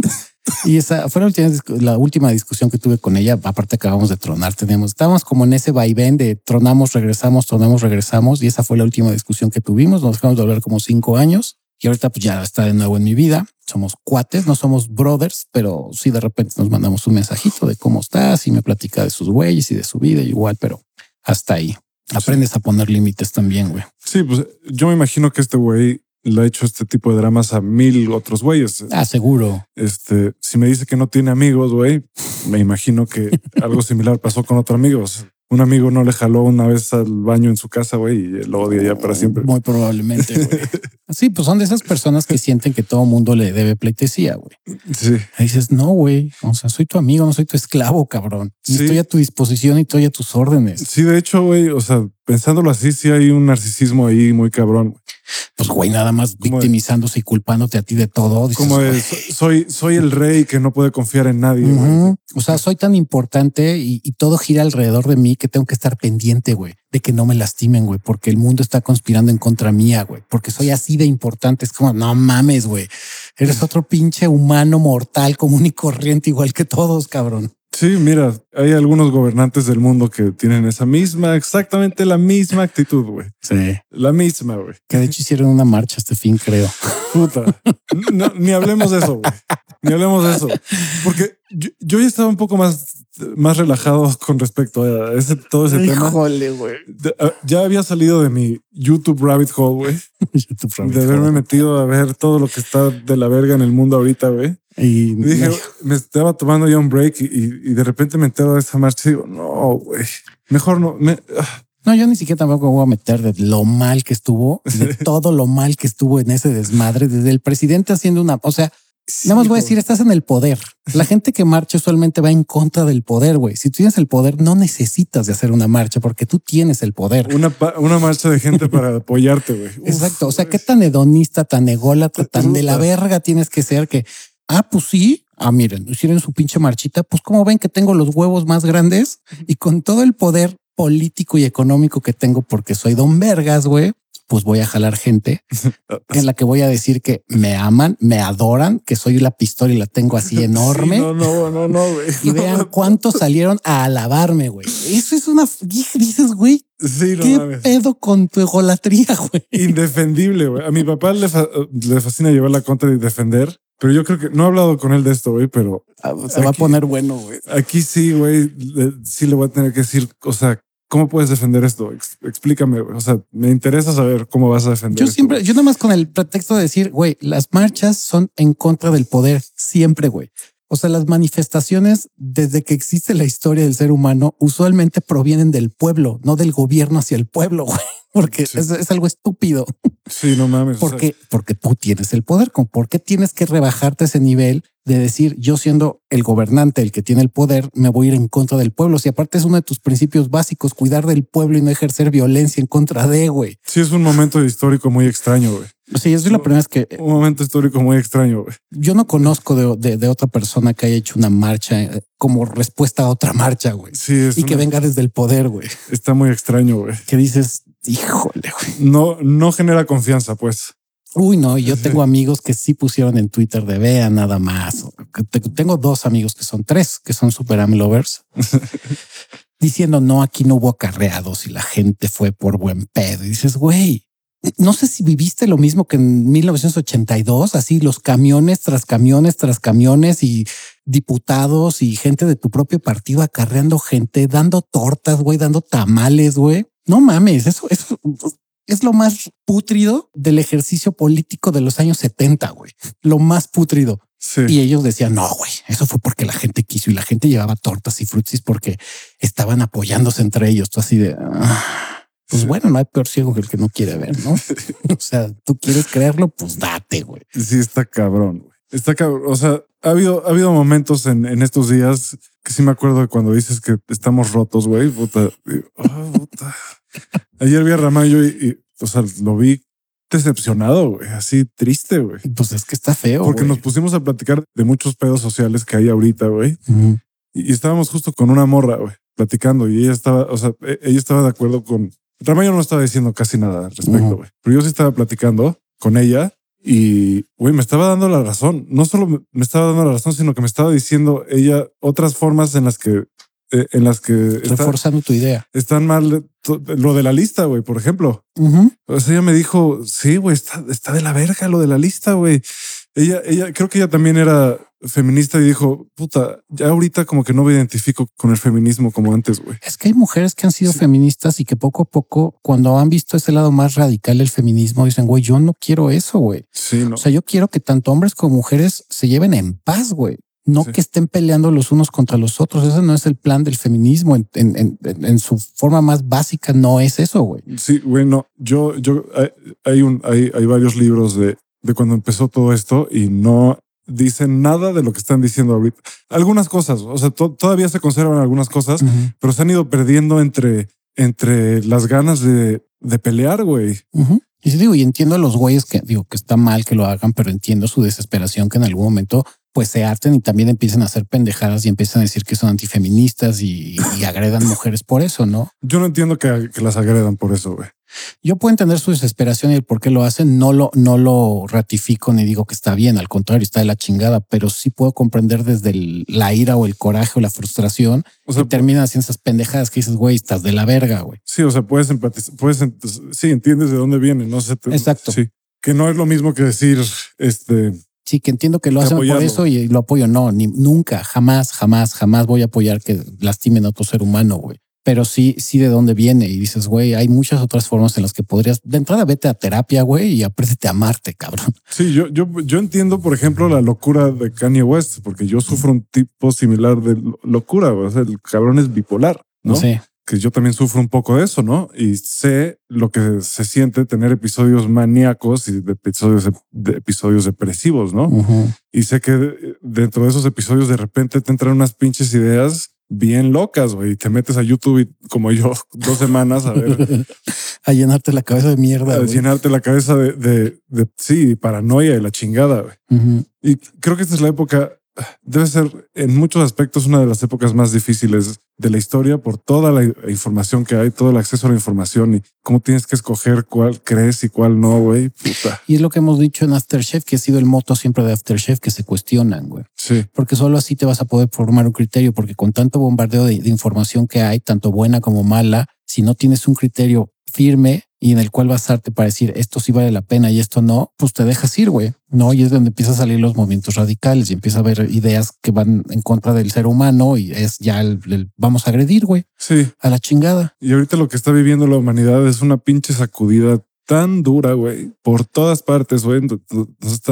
Y esa fue la última, la última discusión que tuve con ella. Aparte acabamos de tronar, teníamos, estábamos como en ese vaivén de tronamos, regresamos, tronamos, regresamos. Y esa fue la última discusión que tuvimos. Nos dejamos de hablar como cinco años y ahorita pues ya está de nuevo en mi vida. Somos cuates, no somos brothers, pero sí de repente nos mandamos un mensajito de cómo estás y me platica de sus güeyes y de su vida igual, pero hasta ahí. Aprendes sí. a poner límites también, güey. Sí, pues yo me imagino que este güey le ha hecho este tipo de dramas a mil otros güeyes. Ah, seguro. Este, si me dice que no tiene amigos, güey, me imagino que algo similar pasó con otros amigos. Un amigo no le jaló una vez al baño en su casa, güey, y lo odia ya para siempre. Muy probablemente, güey. Sí, pues son de esas personas que sienten que todo mundo le debe pleitesía, güey. Sí. Ahí dices, no, güey, o sea, soy tu amigo, no soy tu esclavo, cabrón. Sí. Estoy a tu disposición y estoy a tus órdenes. Sí, de hecho, güey, o sea, pensándolo así, sí hay un narcisismo ahí muy cabrón. Pues güey, nada más victimizándose y culpándote a ti de todo. Dices, como de, soy, soy el rey que no puede confiar en nadie. Uh-huh. O sea, soy tan importante y, y todo gira alrededor de mí que tengo que estar pendiente, güey, de que no me lastimen, güey, porque el mundo está conspirando en contra mía, güey, porque soy así de importante. Es como, no mames, güey, eres otro pinche humano mortal, común y corriente, igual que todos, cabrón. Sí, mira, hay algunos gobernantes del mundo que tienen esa misma, exactamente la misma actitud, güey. Sí. La misma, güey. Que de hecho hicieron una marcha este fin, creo. Puta. No, ni hablemos de eso, güey. Ni hablemos de eso. Porque yo, yo ya estaba un poco más, más relajado con respecto a ese, todo ese Híjole, tema. Híjole, güey. Ya había salido de mi YouTube rabbit hole, güey. YouTube rabbit de haberme hole. metido a ver todo lo que está de la verga en el mundo ahorita, güey. Y dije, me estaba tomando ya un break y, y de repente me entero de esa marcha y digo, no, güey, mejor no. Me, ah. No, yo ni siquiera tampoco voy a meter de lo mal que estuvo, de todo lo mal que estuvo en ese desmadre, desde el presidente haciendo una, o sea, sí, nada más voy a decir, estás en el poder. La gente que marcha usualmente va en contra del poder, güey. Si tú tienes el poder, no necesitas de hacer una marcha porque tú tienes el poder. Una, una marcha de gente para apoyarte, güey. Exacto. O sea, qué tan hedonista, tan ególatra, tan de la verga tienes que ser que, ah, pues sí. Ah, miren, hicieron su pinche marchita. Pues como ven que tengo los huevos más grandes y con todo el poder político y económico que tengo porque soy don vergas, güey, pues voy a jalar gente en la que voy a decir que me aman, me adoran, que soy la pistola y la tengo así enorme. Sí, no, no, no, no, güey. Y vean cuántos salieron a alabarme, güey. Eso es una... Dices, güey, sí, no ¿qué mames. pedo con tu egolatría, güey? Indefendible, güey. A mi papá le, fa le fascina llevar la contra y defender. Pero yo creo que no he hablado con él de esto, güey, pero se aquí, va a poner bueno, güey. Aquí sí, güey, sí le voy a tener que decir, o sea, ¿cómo puedes defender esto? Ex explícame, güey. O sea, me interesa saber cómo vas a defender Yo esto, siempre, güey. yo nada más con el pretexto de decir, güey, las marchas son en contra del poder, siempre, güey. O sea, las manifestaciones desde que existe la historia del ser humano usualmente provienen del pueblo, no del gobierno hacia el pueblo, güey. porque Sí. es, es algo estúpido. Sí, no mames. Porque, o sea, porque tú tienes el poder. ¿Con por qué tienes que rebajarte ese nivel de decir yo siendo el gobernante, el que tiene el poder, me voy a ir en contra del pueblo? Si aparte es uno de tus principios básicos, cuidar del pueblo y no ejercer violencia en contra de, güey. sí, es un momento histórico muy extraño, güey. Sí, yo soy la primera vez que Un momento histórico muy extraño, güey. yo no conozco de, de, de otra persona que haya hecho una marcha eh, como respuesta a otra marcha, güey. Sí, es Y que una- venga desde el poder, güey. está muy extraño, güey. Que dices, híjole, güey. No, no genera confianza, pues. Uy, no, yo Sí. tengo amigos que sí pusieron en Twitter de vea nada más. Te- Tengo dos amigos que son tres, que son super amlovers, diciendo no, aquí no hubo acarreados y la gente fue por buen pedo. Y dices, güey, no sé si viviste lo mismo que en mil novecientos ochenta y dos, así los camiones tras camiones tras camiones y diputados y gente de tu propio partido acarreando gente, dando tortas, güey, dando tamales, güey. No mames, eso, eso es lo más pútrido del ejercicio político de los años setenta, güey. Lo más pútrido. Sí. Y ellos decían, no, güey, eso fue porque la gente quiso y la gente llevaba tortas y frutsis porque estaban apoyándose entre ellos. Tú así de... "Ah, pues Sí. bueno, no hay peor ciego que el que no quiere ver, ¿no?" O sea, tú quieres creerlo, pues date, güey. Sí, está cabrón, güey. Está cabrón. O sea, ha habido, ha habido momentos en, en estos días que sí me acuerdo de cuando dices que estamos rotos, güey. Puta. Y, oh, puta. Ayer vi a Ramallo y, y, o sea, lo vi decepcionado, güey. Así triste, güey. Pues es que está feo. Porque güey. nos pusimos a platicar de muchos pedos sociales que hay ahorita, güey. Ujú. Y, y estábamos justo con una morra, güey, platicando. Y ella estaba, o sea, e- ella estaba de acuerdo con... Ramallo no estaba diciendo casi nada al respecto, Ujú. güey. Pero yo sí estaba platicando con ella y, güey, me estaba dando la razón. No solo me- me estaba dando la razón, sino que me estaba diciendo ella otras formas en las que... eh, en las que está- Reforzando tu idea. están mal to- lo de la lista, güey, por ejemplo. Ujú. O sea, ella me dijo, sí, güey, está, está de la verga lo de la lista, güey. Ella, ella, creo que ella también era feminista y dijo, puta, ya ahorita como que no me identifico con el feminismo como antes, güey. Es que hay mujeres que han sido Sí. feministas y que poco a poco, cuando han visto ese lado más radical del feminismo, dicen, güey, yo no quiero eso, güey. Sí, no. O sea, yo quiero que tanto hombres como mujeres se lleven en paz, güey. No Sí. que estén peleando los unos contra los otros. Ese no es el plan del feminismo. En, en- en- en su forma más básica no es eso, güey. Sí, güey, no. Yo, yo, hay, hay un, hay, hay varios libros de, de cuando empezó todo esto y no dicen nada de lo que están diciendo ahorita. Algunas cosas, o sea, to- todavía se conservan algunas cosas, Ujú, pero se han ido perdiendo entre, entre las ganas de, de pelear, güey. ujú. Y sí, digo, y entiendo a los güeyes que digo que está mal que lo hagan, pero entiendo su desesperación que en algún momento pues se harten y también empiecen a hacer pendejadas y empiezan a decir que son antifeministas y, y agredan mujeres por eso, ¿no? Yo no entiendo que, que las agredan por eso, güey. Yo puedo entender su desesperación y el por qué lo hacen. No lo, no lo ratifico ni digo que está bien. Al contrario, está de la chingada, pero sí puedo comprender desde el- la ira o el coraje o la frustración O sea, y terminan haciendo esas pendejadas que dices, güey, estás de la verga, güey. sí, o sea, puedes empatizar, puedes, ent- sí, entiendes de dónde viene, no sé. te- Exacto. Sí, que no es lo mismo que decir, este, Sí, que entiendo que lo Que hacen por apoyarlo. eso y lo apoyo. No, ni nunca, jamás, jamás, jamás voy a apoyar que lastimen a otro ser humano, güey. Pero sí, sí de dónde viene y dices, güey, hay muchas otras formas en las que podrías, de entrada vete a terapia, güey, y apréndete a amarte, cabrón. sí, yo, yo, yo entiendo, por ejemplo, la locura de Kanye West, porque yo sufro un tipo similar de lo- locura, güey. O sea, el cabrón es bipolar, ¿no? No sé. Que yo también sufro un poco de eso, ¿no? Y sé lo que se siente tener episodios maníacos y de episodios, de episodios depresivos, ¿no? Ujú. Y sé que dentro de esos episodios de repente te entran unas pinches ideas bien locas, güey. Y te metes a YouTube y como yo, dos semanas a ver, A llenarte la cabeza de mierda. a güey. llenarte la cabeza de, de, de, sí, paranoia y la chingada, güey. Ujú. Y creo que esta es la época, debe ser en muchos aspectos una de las épocas más difíciles de la historia por toda la información que hay, todo el acceso a la información y cómo tienes que escoger cuál crees y cuál no, güey. Puta. Y es lo que hemos dicho en Afterchef, que ha sido el moto siempre de Afterchef, que se cuestionan, güey. Sí, Porque solo así te vas a poder formar un criterio, porque con tanto bombardeo de, de información que hay, tanto buena como mala, si no tienes un criterio firme y en el cual basarte para decir esto sí vale la pena y esto no, pues te dejas ir, güey. No, y es donde empiezan a salir los movimientos radicales y empieza a haber ideas que van en contra del ser humano y es ya el, el vamos a agredir, güey, sí. a la chingada. Y ahorita lo que está viviendo la humanidad es una pinche sacudida tan dura, güey, por todas partes, güey. Nos están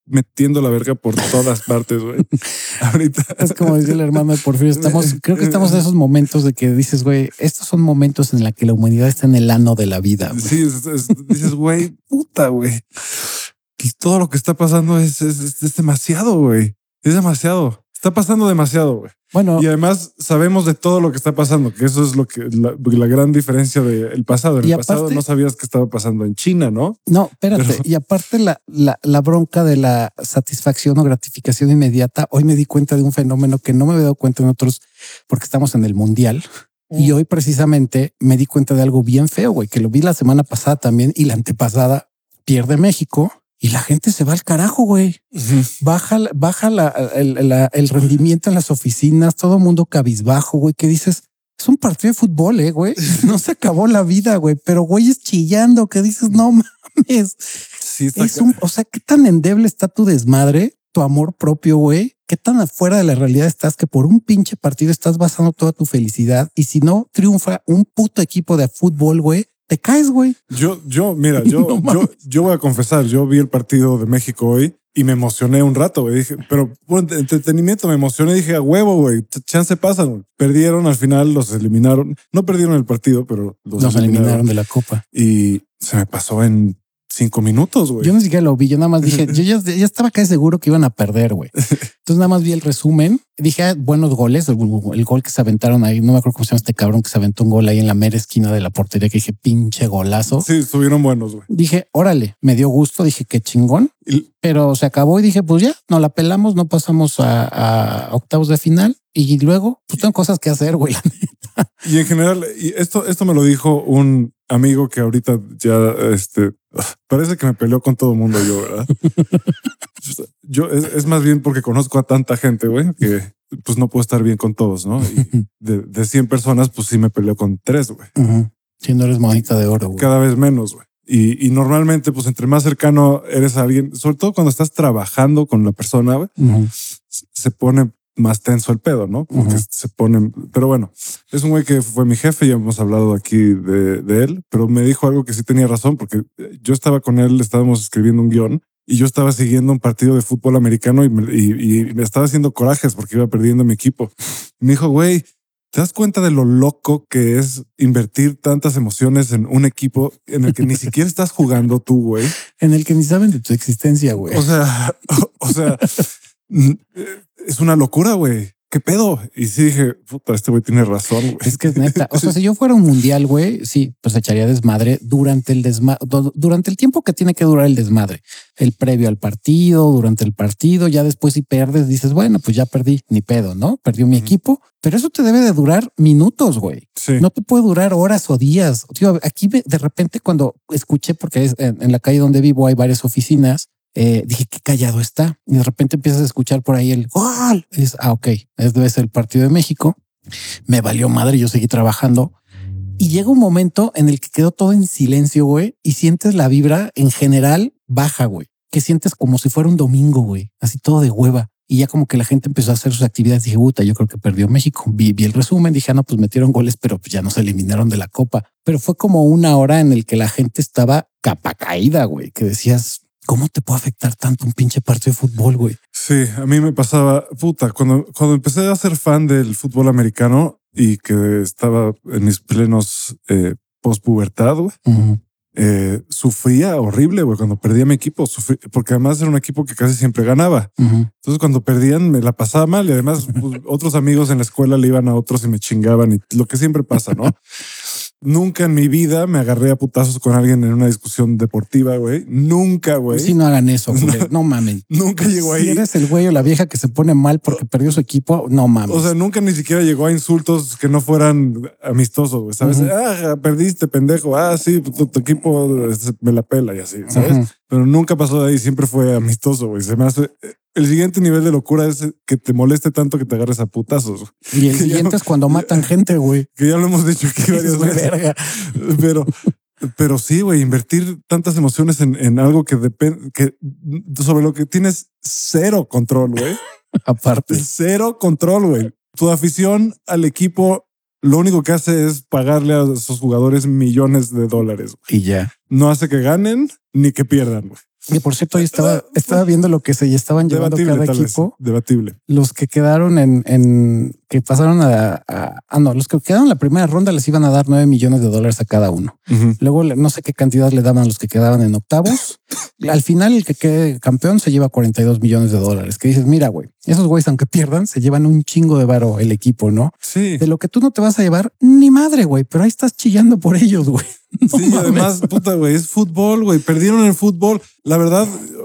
metiendo la verga por todas partes, güey. Ahorita. Es como decía el hermano de Porfirio, estamos, creo que estamos en esos momentos de que dices, güey, estos son momentos en la que la humanidad está en el ano de la vida. Güey. Sí, es, es, dices, güey, puta, güey. Y todo lo que está pasando es, es, es demasiado, güey. Es demasiado. Está pasando demasiado, güey. Bueno, y además sabemos de todo lo que está pasando, que eso es lo que la, la gran diferencia del pasado. En el aparte, pasado no sabías qué estaba pasando en China, ¿no? No, espérate. Pero... Y aparte la, la, la bronca de la satisfacción o gratificación inmediata. Hoy me di cuenta de un fenómeno que no me había dado cuenta en otros, porque estamos en el mundial. Mm. Y hoy precisamente me di cuenta de algo bien feo, güey, que lo vi la semana pasada también y la antepasada. Pierde México. Y la gente se va al carajo, güey. Uh-huh. Baja, baja la, el, la, el rendimiento en las oficinas, todo el mundo cabizbajo, güey. ¿Qué dices? Es un partido de fútbol, eh, güey. No se acabó la vida, güey. Pero güey es chillando, que dices, no mames. Sí, está es un, o sea, qué tan endeble está tu desmadre, tu amor propio, güey. Qué tan afuera de la realidad estás que por un pinche partido estás basando toda tu felicidad. Y si no triunfa un puto equipo de fútbol, güey, te caes, güey. Yo, yo, mira, yo, no yo, yo voy a confesar, yo vi el partido de México hoy y me emocioné un rato, güey. Dije, pero por entretenimiento me emocioné. Dije, a huevo, güey, chance pasan, güey. Perdieron al final, los eliminaron. No perdieron el partido, pero los, los eliminaron. eliminaron de la Copa. Y se me pasó en cinco minutos, güey. Yo ni siquiera lo vi. Yo nada más dije, yo ya, ya estaba casi seguro que iban a perder, güey. Entonces nada más vi el resumen. Dije, ah, buenos goles. El, el gol que se aventaron ahí, no me acuerdo cómo se llama este cabrón que se aventó un gol ahí en la mera esquina de la portería, que dije, pinche golazo. Sí, estuvieron buenos, güey. Dije, órale, me dio gusto. Dije, qué chingón. Y... Pero se acabó y dije, pues ya, nos la pelamos, no pasamos a, a octavos de final. Y luego, pues tengo cosas que hacer, güey, la neta. Y en general, y esto, esto me lo dijo un amigo que ahorita ya, este, parece que me peleó con todo el mundo yo, ¿verdad? Yo es, es más bien porque conozco a tanta gente, güey, que pues no puedo estar bien con todos, ¿no? Y de, de cien personas, pues sí me peleo con tres, güey. Uh-huh. Si no eres monita de oro, güey. Cada vez menos, güey. Y, y normalmente, pues entre más cercano eres a alguien, sobre todo cuando estás trabajando con la persona, güey, uh-huh. se pone más tenso el pedo, ¿no? Porque uh-huh. se ponen, pero bueno, es un güey que fue mi jefe, ya hemos hablado aquí de, de él, pero me dijo algo que sí tenía razón, porque yo estaba con él, estábamos escribiendo un guión y yo estaba siguiendo un partido de fútbol americano y me, y, y me estaba haciendo corajes porque iba perdiendo mi equipo. Y me dijo, güey, ¿te das cuenta de lo loco que es invertir tantas emociones en un equipo en el que ni siquiera estás jugando tú, güey? En el que ni saben de tu existencia, güey. O sea, o, o sea, es una locura, güey. ¿Qué pedo? Y sí dije, puta, este güey tiene razón, güey. Es que es neta. O sea, si yo fuera un mundial, güey, sí, pues echaría desmadre durante el desmadre, durante el tiempo que tiene que durar el desmadre. El previo al partido, durante el partido, ya después si pierdes, dices, bueno, pues ya perdí, ni pedo, ¿no? Perdió mi mm. equipo, pero eso te debe de durar minutos, güey. Sí. No te puede durar horas o días. Tío, aquí de repente cuando escuché, porque es en, en la calle donde vivo hay varias oficinas, Eh, dije qué callado está y de repente empiezas a escuchar por ahí el gol. Es ah, ok, es debe ser el partido de México. Me valió madre. Yo seguí trabajando y llega un momento en el que quedó todo en silencio, güey, y sientes la vibra en general baja, güey, que sientes como si fuera un domingo, güey, así todo de hueva. Y ya como que la gente empezó a hacer sus actividades. Dije, puta, yo creo que perdió México. Vi, vi el resumen, dije, ah, no, pues metieron goles, pero pues ya nos eliminaron de la Copa. Pero fue como una hora en el que la gente estaba capa caída, güey, que decías, ¿cómo te puede afectar tanto un pinche partido de fútbol, güey? Sí, a mí me pasaba, puta, cuando, cuando empecé a ser fan del fútbol americano y que estaba en mis plenos eh, post-pubertad, güey, uh-huh. eh, sufría horrible, güey, cuando perdía mi equipo, sufrí, porque además era un equipo que casi siempre ganaba. Uh-huh. Entonces cuando perdían me la pasaba mal y además pues, otros amigos en la escuela le iban a otros y me chingaban y lo que siempre pasa, ¿no? Nunca en mi vida me agarré a putazos con alguien en una discusión deportiva, güey. Nunca, güey. Si no hagan eso, güey. No, no mamen. Nunca llegó ahí. Si eres el güey o la vieja que se pone mal porque perdió su equipo, no mames. O sea, nunca ni siquiera llegó a insultos que no fueran amistosos, güey. ¿Sabes? Uh-huh. Ah, perdiste, pendejo. Ah, sí, tu, tu equipo me la pela y así, ¿sabes? Uh-huh. Pero nunca pasó de ahí. Siempre fue amistoso, güey. Se me hace... El siguiente nivel de locura es que te moleste tanto que te agarres a putazos. Y el que siguiente no, es cuando matan gente, güey. Que ya lo hemos dicho aquí varias veces. Verga. Pero, pero sí, güey, invertir tantas emociones en, en algo que depende, que sobre lo que tienes cero control, güey. Aparte. Cero control, güey. Tu afición al equipo lo único que hace es pagarle a esos jugadores millones de dólares. Güey. Y ya. No hace que ganen ni que pierdan, güey. Que por cierto, hoy estaba, estaba viendo lo que se estaban llevando Debatible, cada tal equipo. vez. Debatible. Los que quedaron en, en que pasaron a, a, ah, no, los que quedaron en la primera ronda les iban a dar nueve millones de dólares a cada uno. Uh-huh. Luego no sé qué cantidad le daban a los que quedaban en octavos. Al final, el que quede campeón se lleva cuarenta y dos millones de dólares. Que dices, mira, güey, esos güeyes, aunque pierdan, se llevan un chingo de varo el equipo, ¿no? Sí. De lo que tú no te vas a llevar ni madre, güey, pero ahí estás chillando por ellos, güey. No sí, mames. Además, puta, güey, es fútbol, güey. Perdieron el fútbol. La verdad,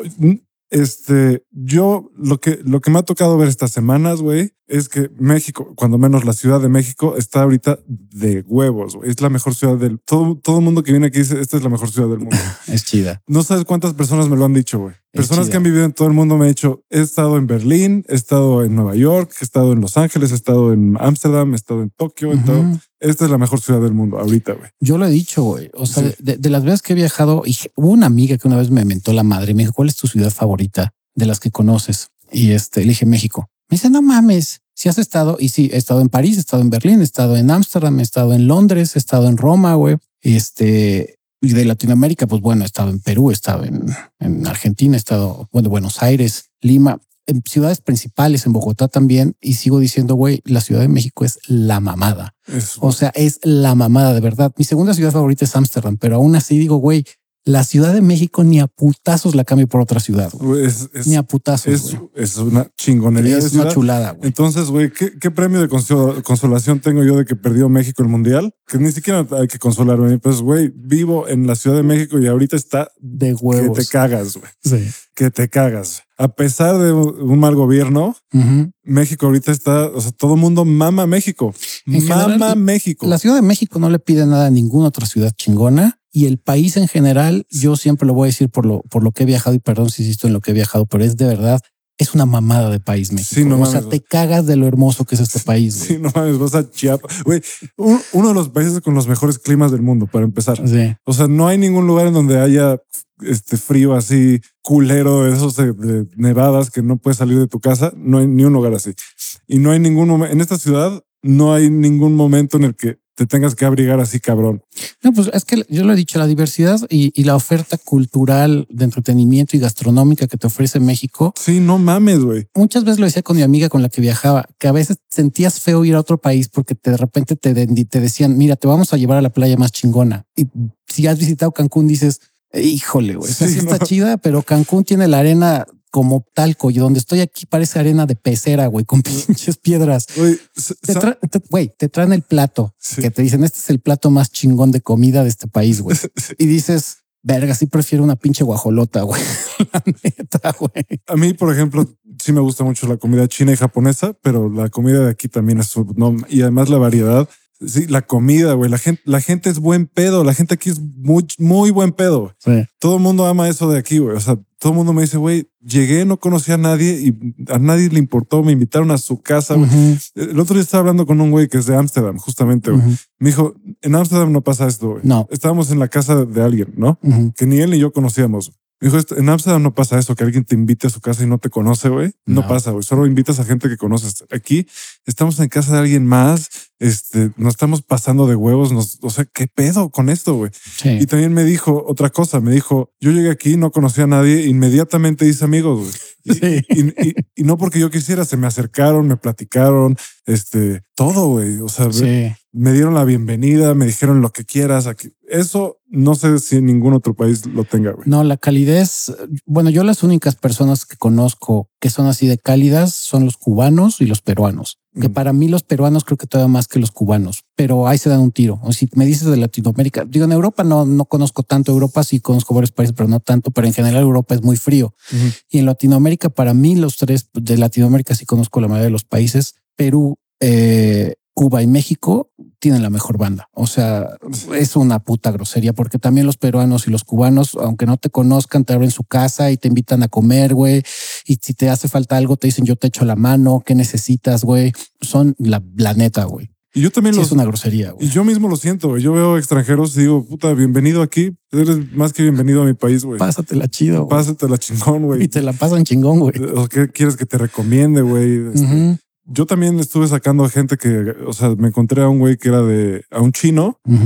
este, yo lo que, lo que me ha tocado ver estas semanas, güey, es que México, cuando menos la Ciudad de México, está ahorita de huevos, güey. Es la mejor ciudad del... Todo, todo el mundo que viene aquí dice, esta es la mejor ciudad del mundo. Es chida. No sabes cuántas personas me lo han dicho, güey. Personas que han vivido en todo el mundo me han dicho, he estado en Berlín, he estado en Nueva York, he estado en Los Ángeles, he estado en Ámsterdam, he estado en Tokio, uh-huh. he estado... Esta es la mejor ciudad del mundo ahorita, güey. Yo lo he dicho, güey. O sea, sí. de, de las veces que he viajado, y hubo una amiga que una vez me mentó la madre y me dijo, ¿cuál es tu ciudad favorita de las que conoces? Y este, le dije, México. Me dice, no mames, si has estado, y sí, he estado en París, he estado en Berlín, he estado en Ámsterdam, he estado en Londres, he estado en Roma, güey. Y este, y de Latinoamérica, pues bueno, he estado en Perú, he estado en, en Argentina, he estado, bueno, Buenos Aires, Lima, en ciudades principales, en Bogotá también. Y sigo diciendo, güey, la Ciudad de México es la mamada. Eso. O sea, es la mamada de verdad. Mi segunda ciudad favorita es Ámsterdam, pero aún así digo, güey, la Ciudad de México ni a putazos la cambio por otra ciudad. Es, es, ni a putazos. Es, es una chingonería. Es de una chulada, güey. Entonces, güey, ¿qué, ¿qué premio de consolación tengo yo de que perdió México el mundial? Que ni siquiera hay que consolarme. Pues, güey, vivo en la Ciudad de México y ahorita está de huevos. Que te cagas, güey. Sí. Que te cagas. A pesar de un mal gobierno, uh-huh. México ahorita está, o sea, todo el mundo mama México. En mama general, México. La Ciudad de México no le pide nada a ninguna otra ciudad chingona. Y el país en general, yo siempre lo voy a decir por lo, por lo que he viajado, y perdón si insisto en lo que he viajado, pero es de verdad, es una mamada de país, México. Sí, no o mames, sea, güey. te cagas de lo hermoso que es este país, güey. Sí, no mames, vas a Chiapas. Güey, un, uno de los países con los mejores climas del mundo, para empezar. Sí. O sea, no hay ningún lugar en donde haya este frío así culero, de esos de, de nevadas que no puedes salir de tu casa. No hay ni un lugar así. Y no hay ningún momento, en esta ciudad, no hay ningún momento en el que te tengas que abrigar así, cabrón. No, pues es que yo lo he dicho, la diversidad y, y la oferta cultural de entretenimiento y gastronómica que te ofrece México. Sí, no mames, güey. Muchas veces lo decía con mi amiga con la que viajaba, que a veces sentías feo ir a otro país porque te, de repente te, te decían, mira, te vamos a llevar a la playa más chingona. Y si has visitado Cancún, dices, híjole, güey, sí, sí está no. chida, pero Cancún tiene la arena como talco, y donde estoy aquí parece arena de pecera, güey, con pinches piedras. Güey, te, tra te, güey, te traen el plato, sí. que te dicen, este es el plato más chingón de comida de este país, güey. Sí. Y dices, verga, sí prefiero una pinche guajolota, güey. La neta, güey. A mí, por ejemplo, sí me gusta mucho la comida china y japonesa, pero la comida de aquí también es, no, y además la variedad. Sí, la comida, güey. La gente, la gente es buen pedo. La gente aquí es muy, muy buen pedo. Sí. Todo el mundo ama eso de aquí, güey. O sea, todo el mundo me dice, güey, llegué, no conocía a nadie y a nadie le importó. Me invitaron a su casa. Uh-huh. El otro día estaba hablando con un güey que es de Ámsterdam, justamente. Uh-huh. Güey. Me dijo, en Ámsterdam no pasa esto, güey. No. Estábamos en la casa de alguien, ¿no? Uh-huh. Que ni él ni yo conocíamos. Me dijo, en Ámsterdam no pasa eso, que alguien te invite a su casa y no te conoce, güey. No, no pasa, güey. Solo invitas a gente que conoces. Aquí estamos en casa de alguien más. Este, nos estamos pasando de huevos. Nos, o sea, ¿qué pedo con esto, güey? Sí. Y también me dijo otra cosa. Me dijo, yo llegué aquí, no conocía a nadie. Inmediatamente hice amigos, güey. Y, sí. y, y, y no porque yo quisiera, se me acercaron, me platicaron, este, todo, güey. O sea, sí. me dieron la bienvenida, me dijeron lo que quieras. Aquí. Eso no sé si en ningún otro país lo tenga, güey. No, la calidez. Bueno, yo las únicas personas que conozco que son así de cálidas son los cubanos y los peruanos. Que mm. para mí los peruanos creo que todavía más que los cubanos, pero ahí se dan un tiro. O si me dices de Latinoamérica, digo en Europa no, no conozco tanto. Europa sí conozco varios países, pero no tanto. Pero en general Europa es muy frío. Uh-huh. Y en Latinoamérica, para mí los tres de Latinoamérica sí conozco la mayoría de los países. Perú, eh, Cuba y México tienen la mejor banda. O sea, es una puta grosería porque también los peruanos y los cubanos, aunque no te conozcan, te abren su casa y te invitan a comer, güey. Y si te hace falta algo, te dicen yo te echo la mano, ¿qué necesitas, güey? Son la, la neta, güey. Y yo también sí, los, es una grosería, güey. Y yo mismo lo siento, güey. Yo veo extranjeros y digo, puta, bienvenido aquí. Eres más que bienvenido a mi país, güey. Pásatela chido, güey. Pásatela chingón, güey. Y te la pasan chingón, güey. ¿O qué quieres que te recomiende, güey? Este, uh-huh. Yo también estuve sacando gente que, o sea, me encontré a un güey que era de, a un chino. Uh-huh.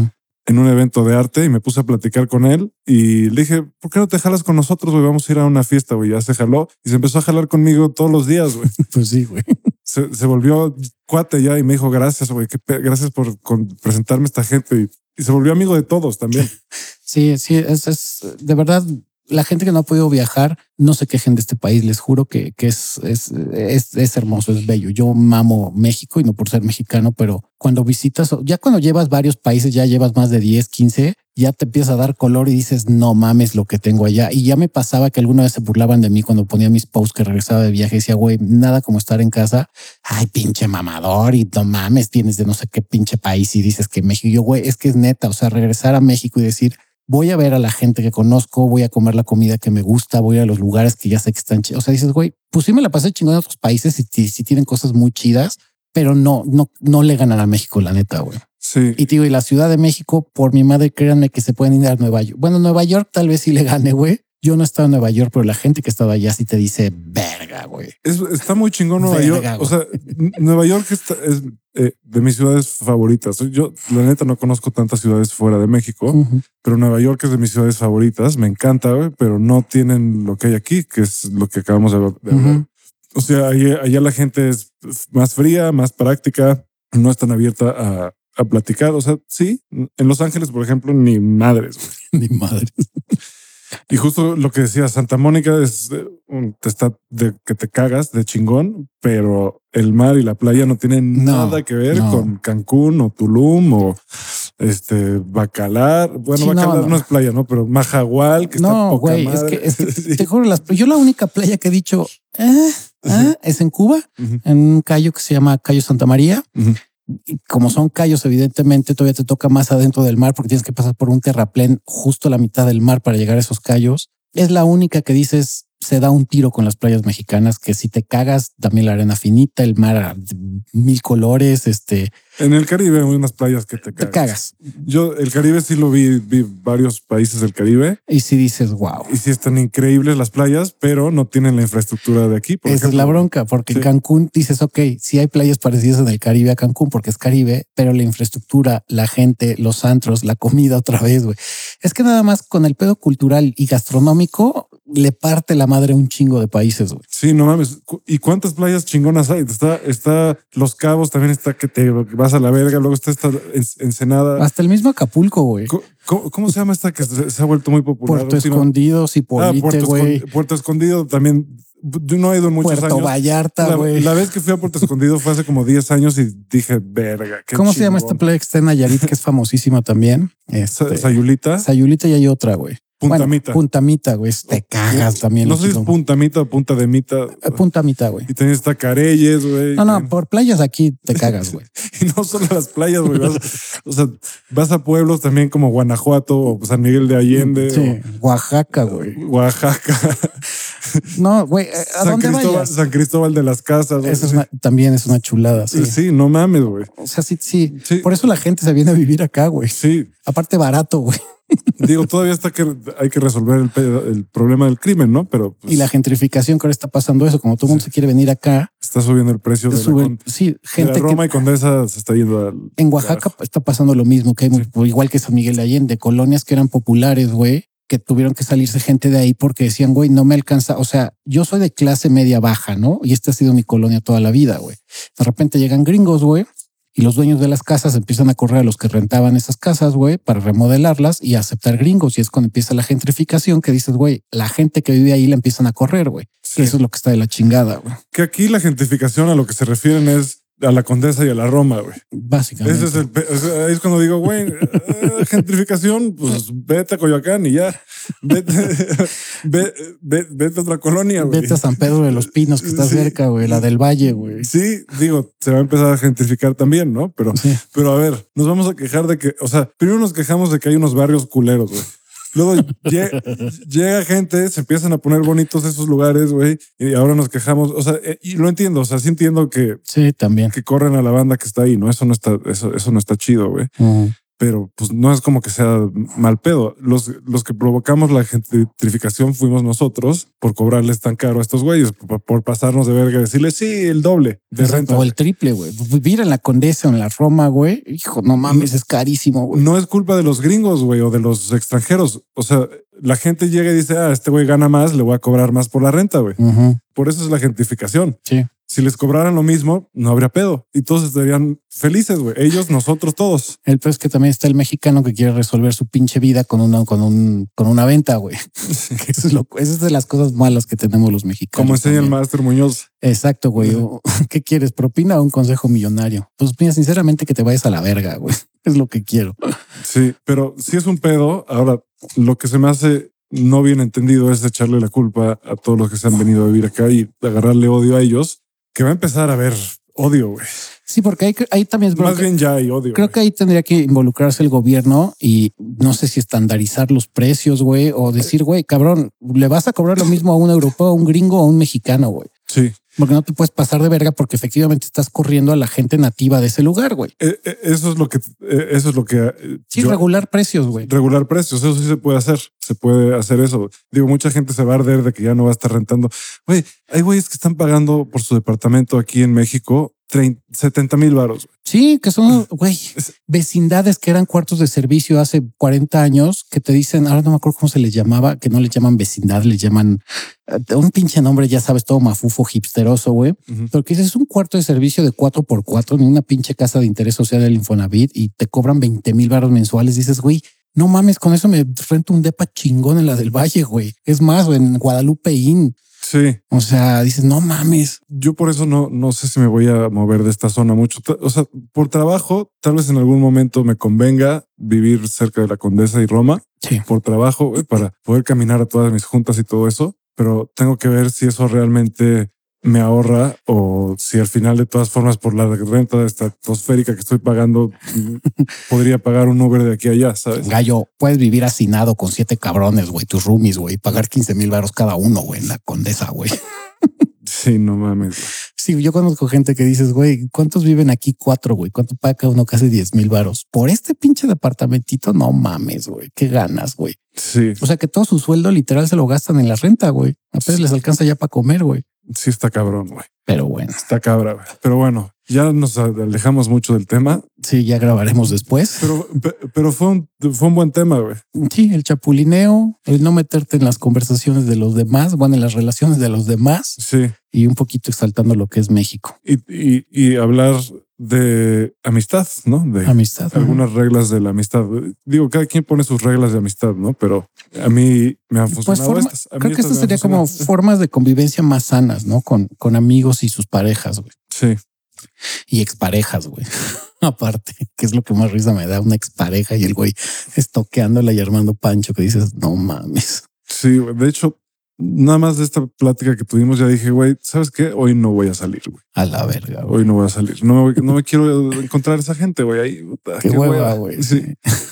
en un evento de arte y me puse a platicar con él y le dije, ¿por qué no te jalas con nosotros, güey? Vamos a ir a una fiesta, güey. Ya se jaló y se empezó a jalar conmigo todos los días, güey. Pues sí, güey. Se, se volvió cuate ya y me dijo, gracias, güey. Gracias por con, presentarme a esta gente. Y, y se volvió amigo de todos también. Sí, sí, es, es de verdad. La gente que no ha podido viajar, no se quejen de este país. Les juro que, que es, es, es, es hermoso, es bello. Yo mamo México y no por ser mexicano, pero cuando visitas, ya cuando llevas varios países, ya llevas más de diez, quince, ya te empieza a dar color y dices, no mames lo que tengo allá. Y ya me pasaba que alguna vez se burlaban de mí cuando ponía mis posts que regresaba de viaje y decía, güey, nada como estar en casa. Ay, pinche mamador y no mames, tienes de no sé qué pinche país y dices que México. Y yo, güey, es que es neta. O sea, regresar a México y decir, voy a ver a la gente que conozco, voy a comer la comida que me gusta, voy a los lugares que ya sé que están chidos. O sea, dices, güey, pues sí me la pasé chingón en otros países y sí, sí tienen cosas muy chidas, pero no, no, no le ganan a México, la neta, güey. Sí. Y digo, y la Ciudad de México, por mi madre, créanme que se pueden ir a Nueva York. Bueno, Nueva York tal vez sí le gane, güey. Yo no he estado en Nueva York, pero la gente que ha estado allá sí te dice, verga, güey. Es, está muy chingón Nueva verga, York. Güey. O sea, Nueva York está, es eh, de mis ciudades favoritas. Yo, la neta, no conozco tantas ciudades fuera de México, uh-huh. pero Nueva York es de mis ciudades favoritas. Me encanta, güey, pero no tienen lo que hay aquí, que es lo que acabamos de hablar. Uh-huh. O sea, allá, allá la gente es más fría, más práctica, no es tan abierta a, a platicar. O sea, sí, en Los Ángeles, por ejemplo, ni madres, güey. Ni madres. Y justo lo que decía Santa Mónica es un, te está de que te cagas de chingón, pero el mar y la playa no tienen no, nada que ver no. con Cancún o Tulum o este Bacalar. Bueno, sí, Bacalar no, no. no es playa, no, pero Majahual, que no, está poca güey, madre. Es que, es que sí. Te juro, las, yo la única playa que he dicho eh, eh, es en Cuba, uh-huh. en un callo que se llama Cayo Santa María. Uh-huh. Y como son cayos, evidentemente todavía te toca más adentro del mar porque tienes que pasar por un terraplén justo a la mitad del mar para llegar a esos cayos. Es la única que dices se da un tiro con las playas mexicanas, que si te cagas, también la arena finita, el mar a mil colores. Este en el Caribe hay unas playas que te cagas. Te cagas. Yo el Caribe sí lo vi, vi varios países del Caribe. Y sí dices, wow. Y sí están increíbles las playas, pero no tienen la infraestructura de aquí. Por Esa ejemplo. es la bronca, porque sí. Cancún dices, ok, sí hay playas parecidas en el Caribe a Cancún porque es Caribe, pero la infraestructura, la gente, los antros, la comida otra vez, güey. Es que nada más con el pedo cultural y gastronómico le parte la madre a un chingo de países, güey. Sí, no mames. ¿Y cuántas playas chingonas hay? Está, está Los Cabos, también está que te vas a la verga, luego está esta Ensenada. Hasta el mismo Acapulco, güey. ¿Cómo, ¿Cómo se llama esta que se ha vuelto muy popular? Puerto Escondido, Cipolite, güey. Ah, Puerto Escondido también. Yo no he ido en muchos Puerto años. Puerto Vallarta, güey. La, la vez que fui a Puerto Escondido fue hace como diez años y dije, verga. Qué ¿Cómo chingón. se llama esta playa que está en Nayarit, que es famosísima también? Este, Sayulita. Sayulita y hay otra, güey. Puntamita. Bueno, Puntamita, güey. Te cagas también. No sé si es Puntamita o Punta de Mita. Puntamita, güey. Y también está Careyes, güey. No, no, por playas aquí te cagas, güey. Y no solo las playas, güey. O sea, vas a pueblos también como Guanajuato o San Miguel de Allende. Sí, o, Oaxaca, güey. Oaxaca. No, güey, ¿a San dónde Cristóbal, vayas? San Cristóbal de las Casas. Eso es una, también es una chulada, sí. Sí, no mames, güey. O sea, sí, sí, sí. Por eso la gente se viene a vivir acá, güey. Sí. Aparte barato, güey. Digo, todavía está que hay que resolver el, el problema del crimen, ¿no? Pero pues, y la gentrificación que ahora está pasando eso, como todo el mundo sí. se quiere venir acá. Está subiendo el precio de, sube, la, con, sí, gente de la Roma que, y Condesa se está yendo al... En Oaxaca carajo. Está pasando lo mismo, que hay sí. igual que San Miguel de Allende, colonias que eran populares, güey, que tuvieron que salirse gente de ahí porque decían, güey, no me alcanza. O sea, yo soy de clase media baja, ¿no? Y esta ha sido mi colonia toda la vida, güey. De repente llegan gringos, güey. Y los dueños de las casas empiezan a correr a los que rentaban esas casas, güey, para remodelarlas y aceptar gringos. Y es cuando empieza la gentrificación que dices, güey, la gente que vive ahí la empiezan a correr, güey. Sí. Que eso es lo que está de la chingada, güey. Que aquí la gentrificación a lo que se refieren es a la Condesa y a la Roma, güey. Básicamente. Ese es el, ahí es cuando digo, güey, eh, gentrificación, pues vete a Coyoacán y ya. Vete, vete, vete, vete a otra colonia, güey. Vete a San Pedro de los Pinos, que está sí. cerca, güey, la del Valle, güey. Sí, digo, se va a empezar a gentrificar también, ¿no? Pero, sí. pero a ver, nos vamos a quejar de que, o sea, primero nos quejamos de que hay unos barrios culeros, güey. Luego llega, llega gente, se empiezan a poner bonitos esos lugares, güey, y ahora nos quejamos. O sea, y lo entiendo, o sea, sí entiendo que, sí, también que corren a la banda que está ahí, ¿no? Eso no está, eso, eso no está chido, güey. Uh-huh. pero pues no es como que sea mal pedo. Los, los que provocamos la gentrificación fuimos nosotros por cobrarles tan caro a estos güeyes, por, por pasarnos de verga y decirles sí, el doble de Exacto, renta. o el triple, güey. Vivir en la Condesa o en la Roma, güey, hijo, no mames, es carísimo, güey. No es culpa de los gringos, güey, o de los extranjeros. O sea, la gente llega y dice, ah, este güey gana más, le voy a cobrar más por la renta, güey. Uh-huh. Por eso es la gentrificación. Sí. Si les cobraran lo mismo, no habría pedo. Y todos estarían felices, güey. Ellos, nosotros, todos. El peor es que también está el mexicano que quiere resolver su pinche vida con una, con un, con una venta, güey. Sí. Eso es lo, esa es de las cosas malas que tenemos los mexicanos. Como enseña también. el Master Muñoz. Exacto, güey. Uh-huh. ¿Qué quieres? ¿Propina o un consejo millonario? Pues mira, sinceramente que te vayas a la verga, güey. Es lo que quiero. Sí, pero si es un pedo. Ahora, lo que se me hace no bien entendido es echarle la culpa a todos los que se han venido a vivir acá y agarrarle odio a ellos, que va a empezar a haber odio, güey. Sí, porque ahí, ahí también es más bien ya hay odio. Creo güey. que ahí tendría que involucrarse el gobierno y no sé si estandarizar los precios, güey, o decir, güey, cabrón, le vas a cobrar lo mismo a un europeo, a un gringo o a un mexicano, güey. Sí. Porque no te puedes pasar de verga porque efectivamente estás corriendo a la gente nativa de ese lugar, güey. Eh, eh, eso es lo que, eh, eso es lo que. Eh, sí, yo, regular precios, güey. Regular precios, eso sí se puede hacer. Se puede hacer eso. Digo, mucha gente se va a arder de que ya no va a estar rentando. Güey, hay güeyes que están pagando por su departamento aquí en México setenta mil varos. Sí, que son, güey, vecindades que eran cuartos de servicio hace cuarenta años que te dicen, ahora no me acuerdo cómo se les llamaba, que no les llaman vecindad, les llaman uh, un pinche nombre, ya sabes, todo mafufo, hipsteroso, güey. Uh-huh. Pero que dices, es un cuarto de servicio de cuatro por cuatro en una pinche casa de interés social del Infonavit y te cobran veinte mil varos mensuales. Dices, güey, no mames, con eso me rento un depa chingón en la del Valle, güey. Es más, o en Guadalupe Inn. Sí. O sea, dices, no mames. Yo por eso no, no sé si me voy a mover de esta zona mucho. O sea, por trabajo, tal vez en algún momento me convenga vivir cerca de la Condesa y Roma. Sí. Por trabajo, eh, para poder caminar a todas mis juntas y todo eso. Pero tengo que ver si eso realmente me ahorra o si al final de todas formas por la renta estratosférica que estoy pagando podría pagar un Uber de aquí a allá, ¿sabes? Gallo, puedes vivir hacinado con siete cabrones, güey, tus roomies, güey, pagar quince mil varos cada uno, güey, en la Condesa, güey. Sí, no mames. Sí, yo conozco gente que dices, güey, ¿cuántos viven aquí? Cuatro, güey. ¿Cuánto paga cada uno? Casi diez mil varos. Por este pinche departamentito, no mames, güey. Qué ganas, güey. Sí. O sea que todo su sueldo literal se lo gastan en la renta, güey. Apenas sí les alcanza ya para comer, güey. Sí está cabrón, güey. Pero bueno. Está cabra, güey. Pero bueno, ya nos alejamos mucho del tema. Sí, ya grabaremos después. Pero, pero fue un, fue un buen tema, güey. Sí, el chapulineo, el no meterte en las conversaciones de los demás, bueno, en las relaciones de los demás. Sí. Y un poquito exaltando lo que es México. Y, y, y hablar de amistad, ¿no? De amistad. Algunas uh-huh. reglas de la amistad. Digo, cada quien pone sus reglas de amistad, ¿no? Pero a mí me han funcionado pues forma, estas. A creo mí que estas estas sería como formas de convivencia más sanas, ¿no? Con, con amigos y sus parejas, güey. Sí. Y exparejas, güey. Aparte, que es lo que más risa me da, una expareja y el güey estoqueándola y armando pancho que dices, no mames. Sí, güey. De hecho, nada más de esta plática que tuvimos, ya dije, güey, ¿sabes qué? Hoy no voy a salir, güey. A la verga, güey. Hoy no voy a salir. No me, voy, no me quiero encontrar a esa gente, güey. Ahí, puta, qué, qué hueva, güey. Sí.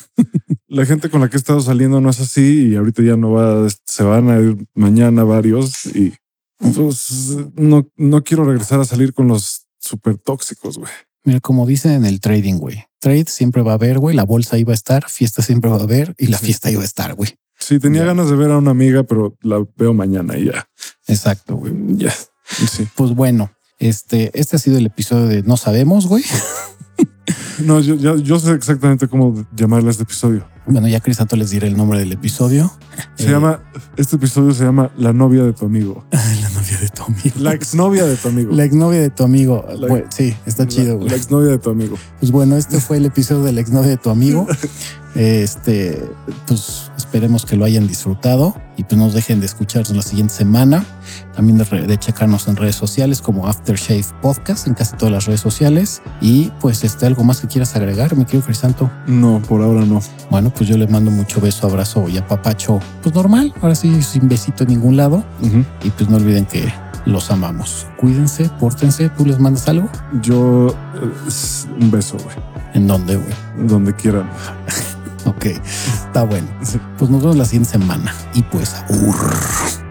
La gente con la que he estado saliendo no es así y ahorita ya no va, se van a ir mañana varios y pues no, no quiero regresar a salir con los súper tóxicos, güey. Mira, como dicen en el trading, güey. Trade siempre va a haber, güey. La bolsa iba a estar, fiesta siempre va a haber y la fiesta iba a estar, güey. Sí, tenía ya. ganas de ver a una amiga, pero la veo mañana y ya. Exacto, güey. Ya. Sí. Pues bueno, este, este ha sido el episodio de No Sabemos, güey. No, yo, yo, yo sé exactamente cómo llamarle a este episodio. Bueno, ya Crisanto les diré el nombre del episodio. Se eh, llama, este episodio se llama La novia de tu amigo. La novia de tu amigo. La exnovia de tu amigo. La exnovia de tu amigo. La, bueno, sí, está la, chido, güey. La exnovia de tu amigo. Pues bueno, este fue el episodio de la exnovia de tu amigo. Este, pues esperemos que lo hayan disfrutado y pues nos dejen de escucharnos la siguiente semana. También de, de checarnos en redes sociales como Aftershave Podcast en casi todas las redes sociales. Y pues este, algo más que quieras agregar, mi querido Crisanto. No, por ahora no. Bueno, pues yo les mando mucho beso, abrazo y apapacho. Pues normal, ahora sí sin besito en ningún lado. Uh-huh. Y pues no olviden que los amamos. Cuídense, pórtense. ¿Tú les mandas algo? Yo eh, un beso, güey. ¿En dónde, güey? Donde quieran. Ok, está bueno. Pues nos vemos la siguiente semana. Y pues, urr.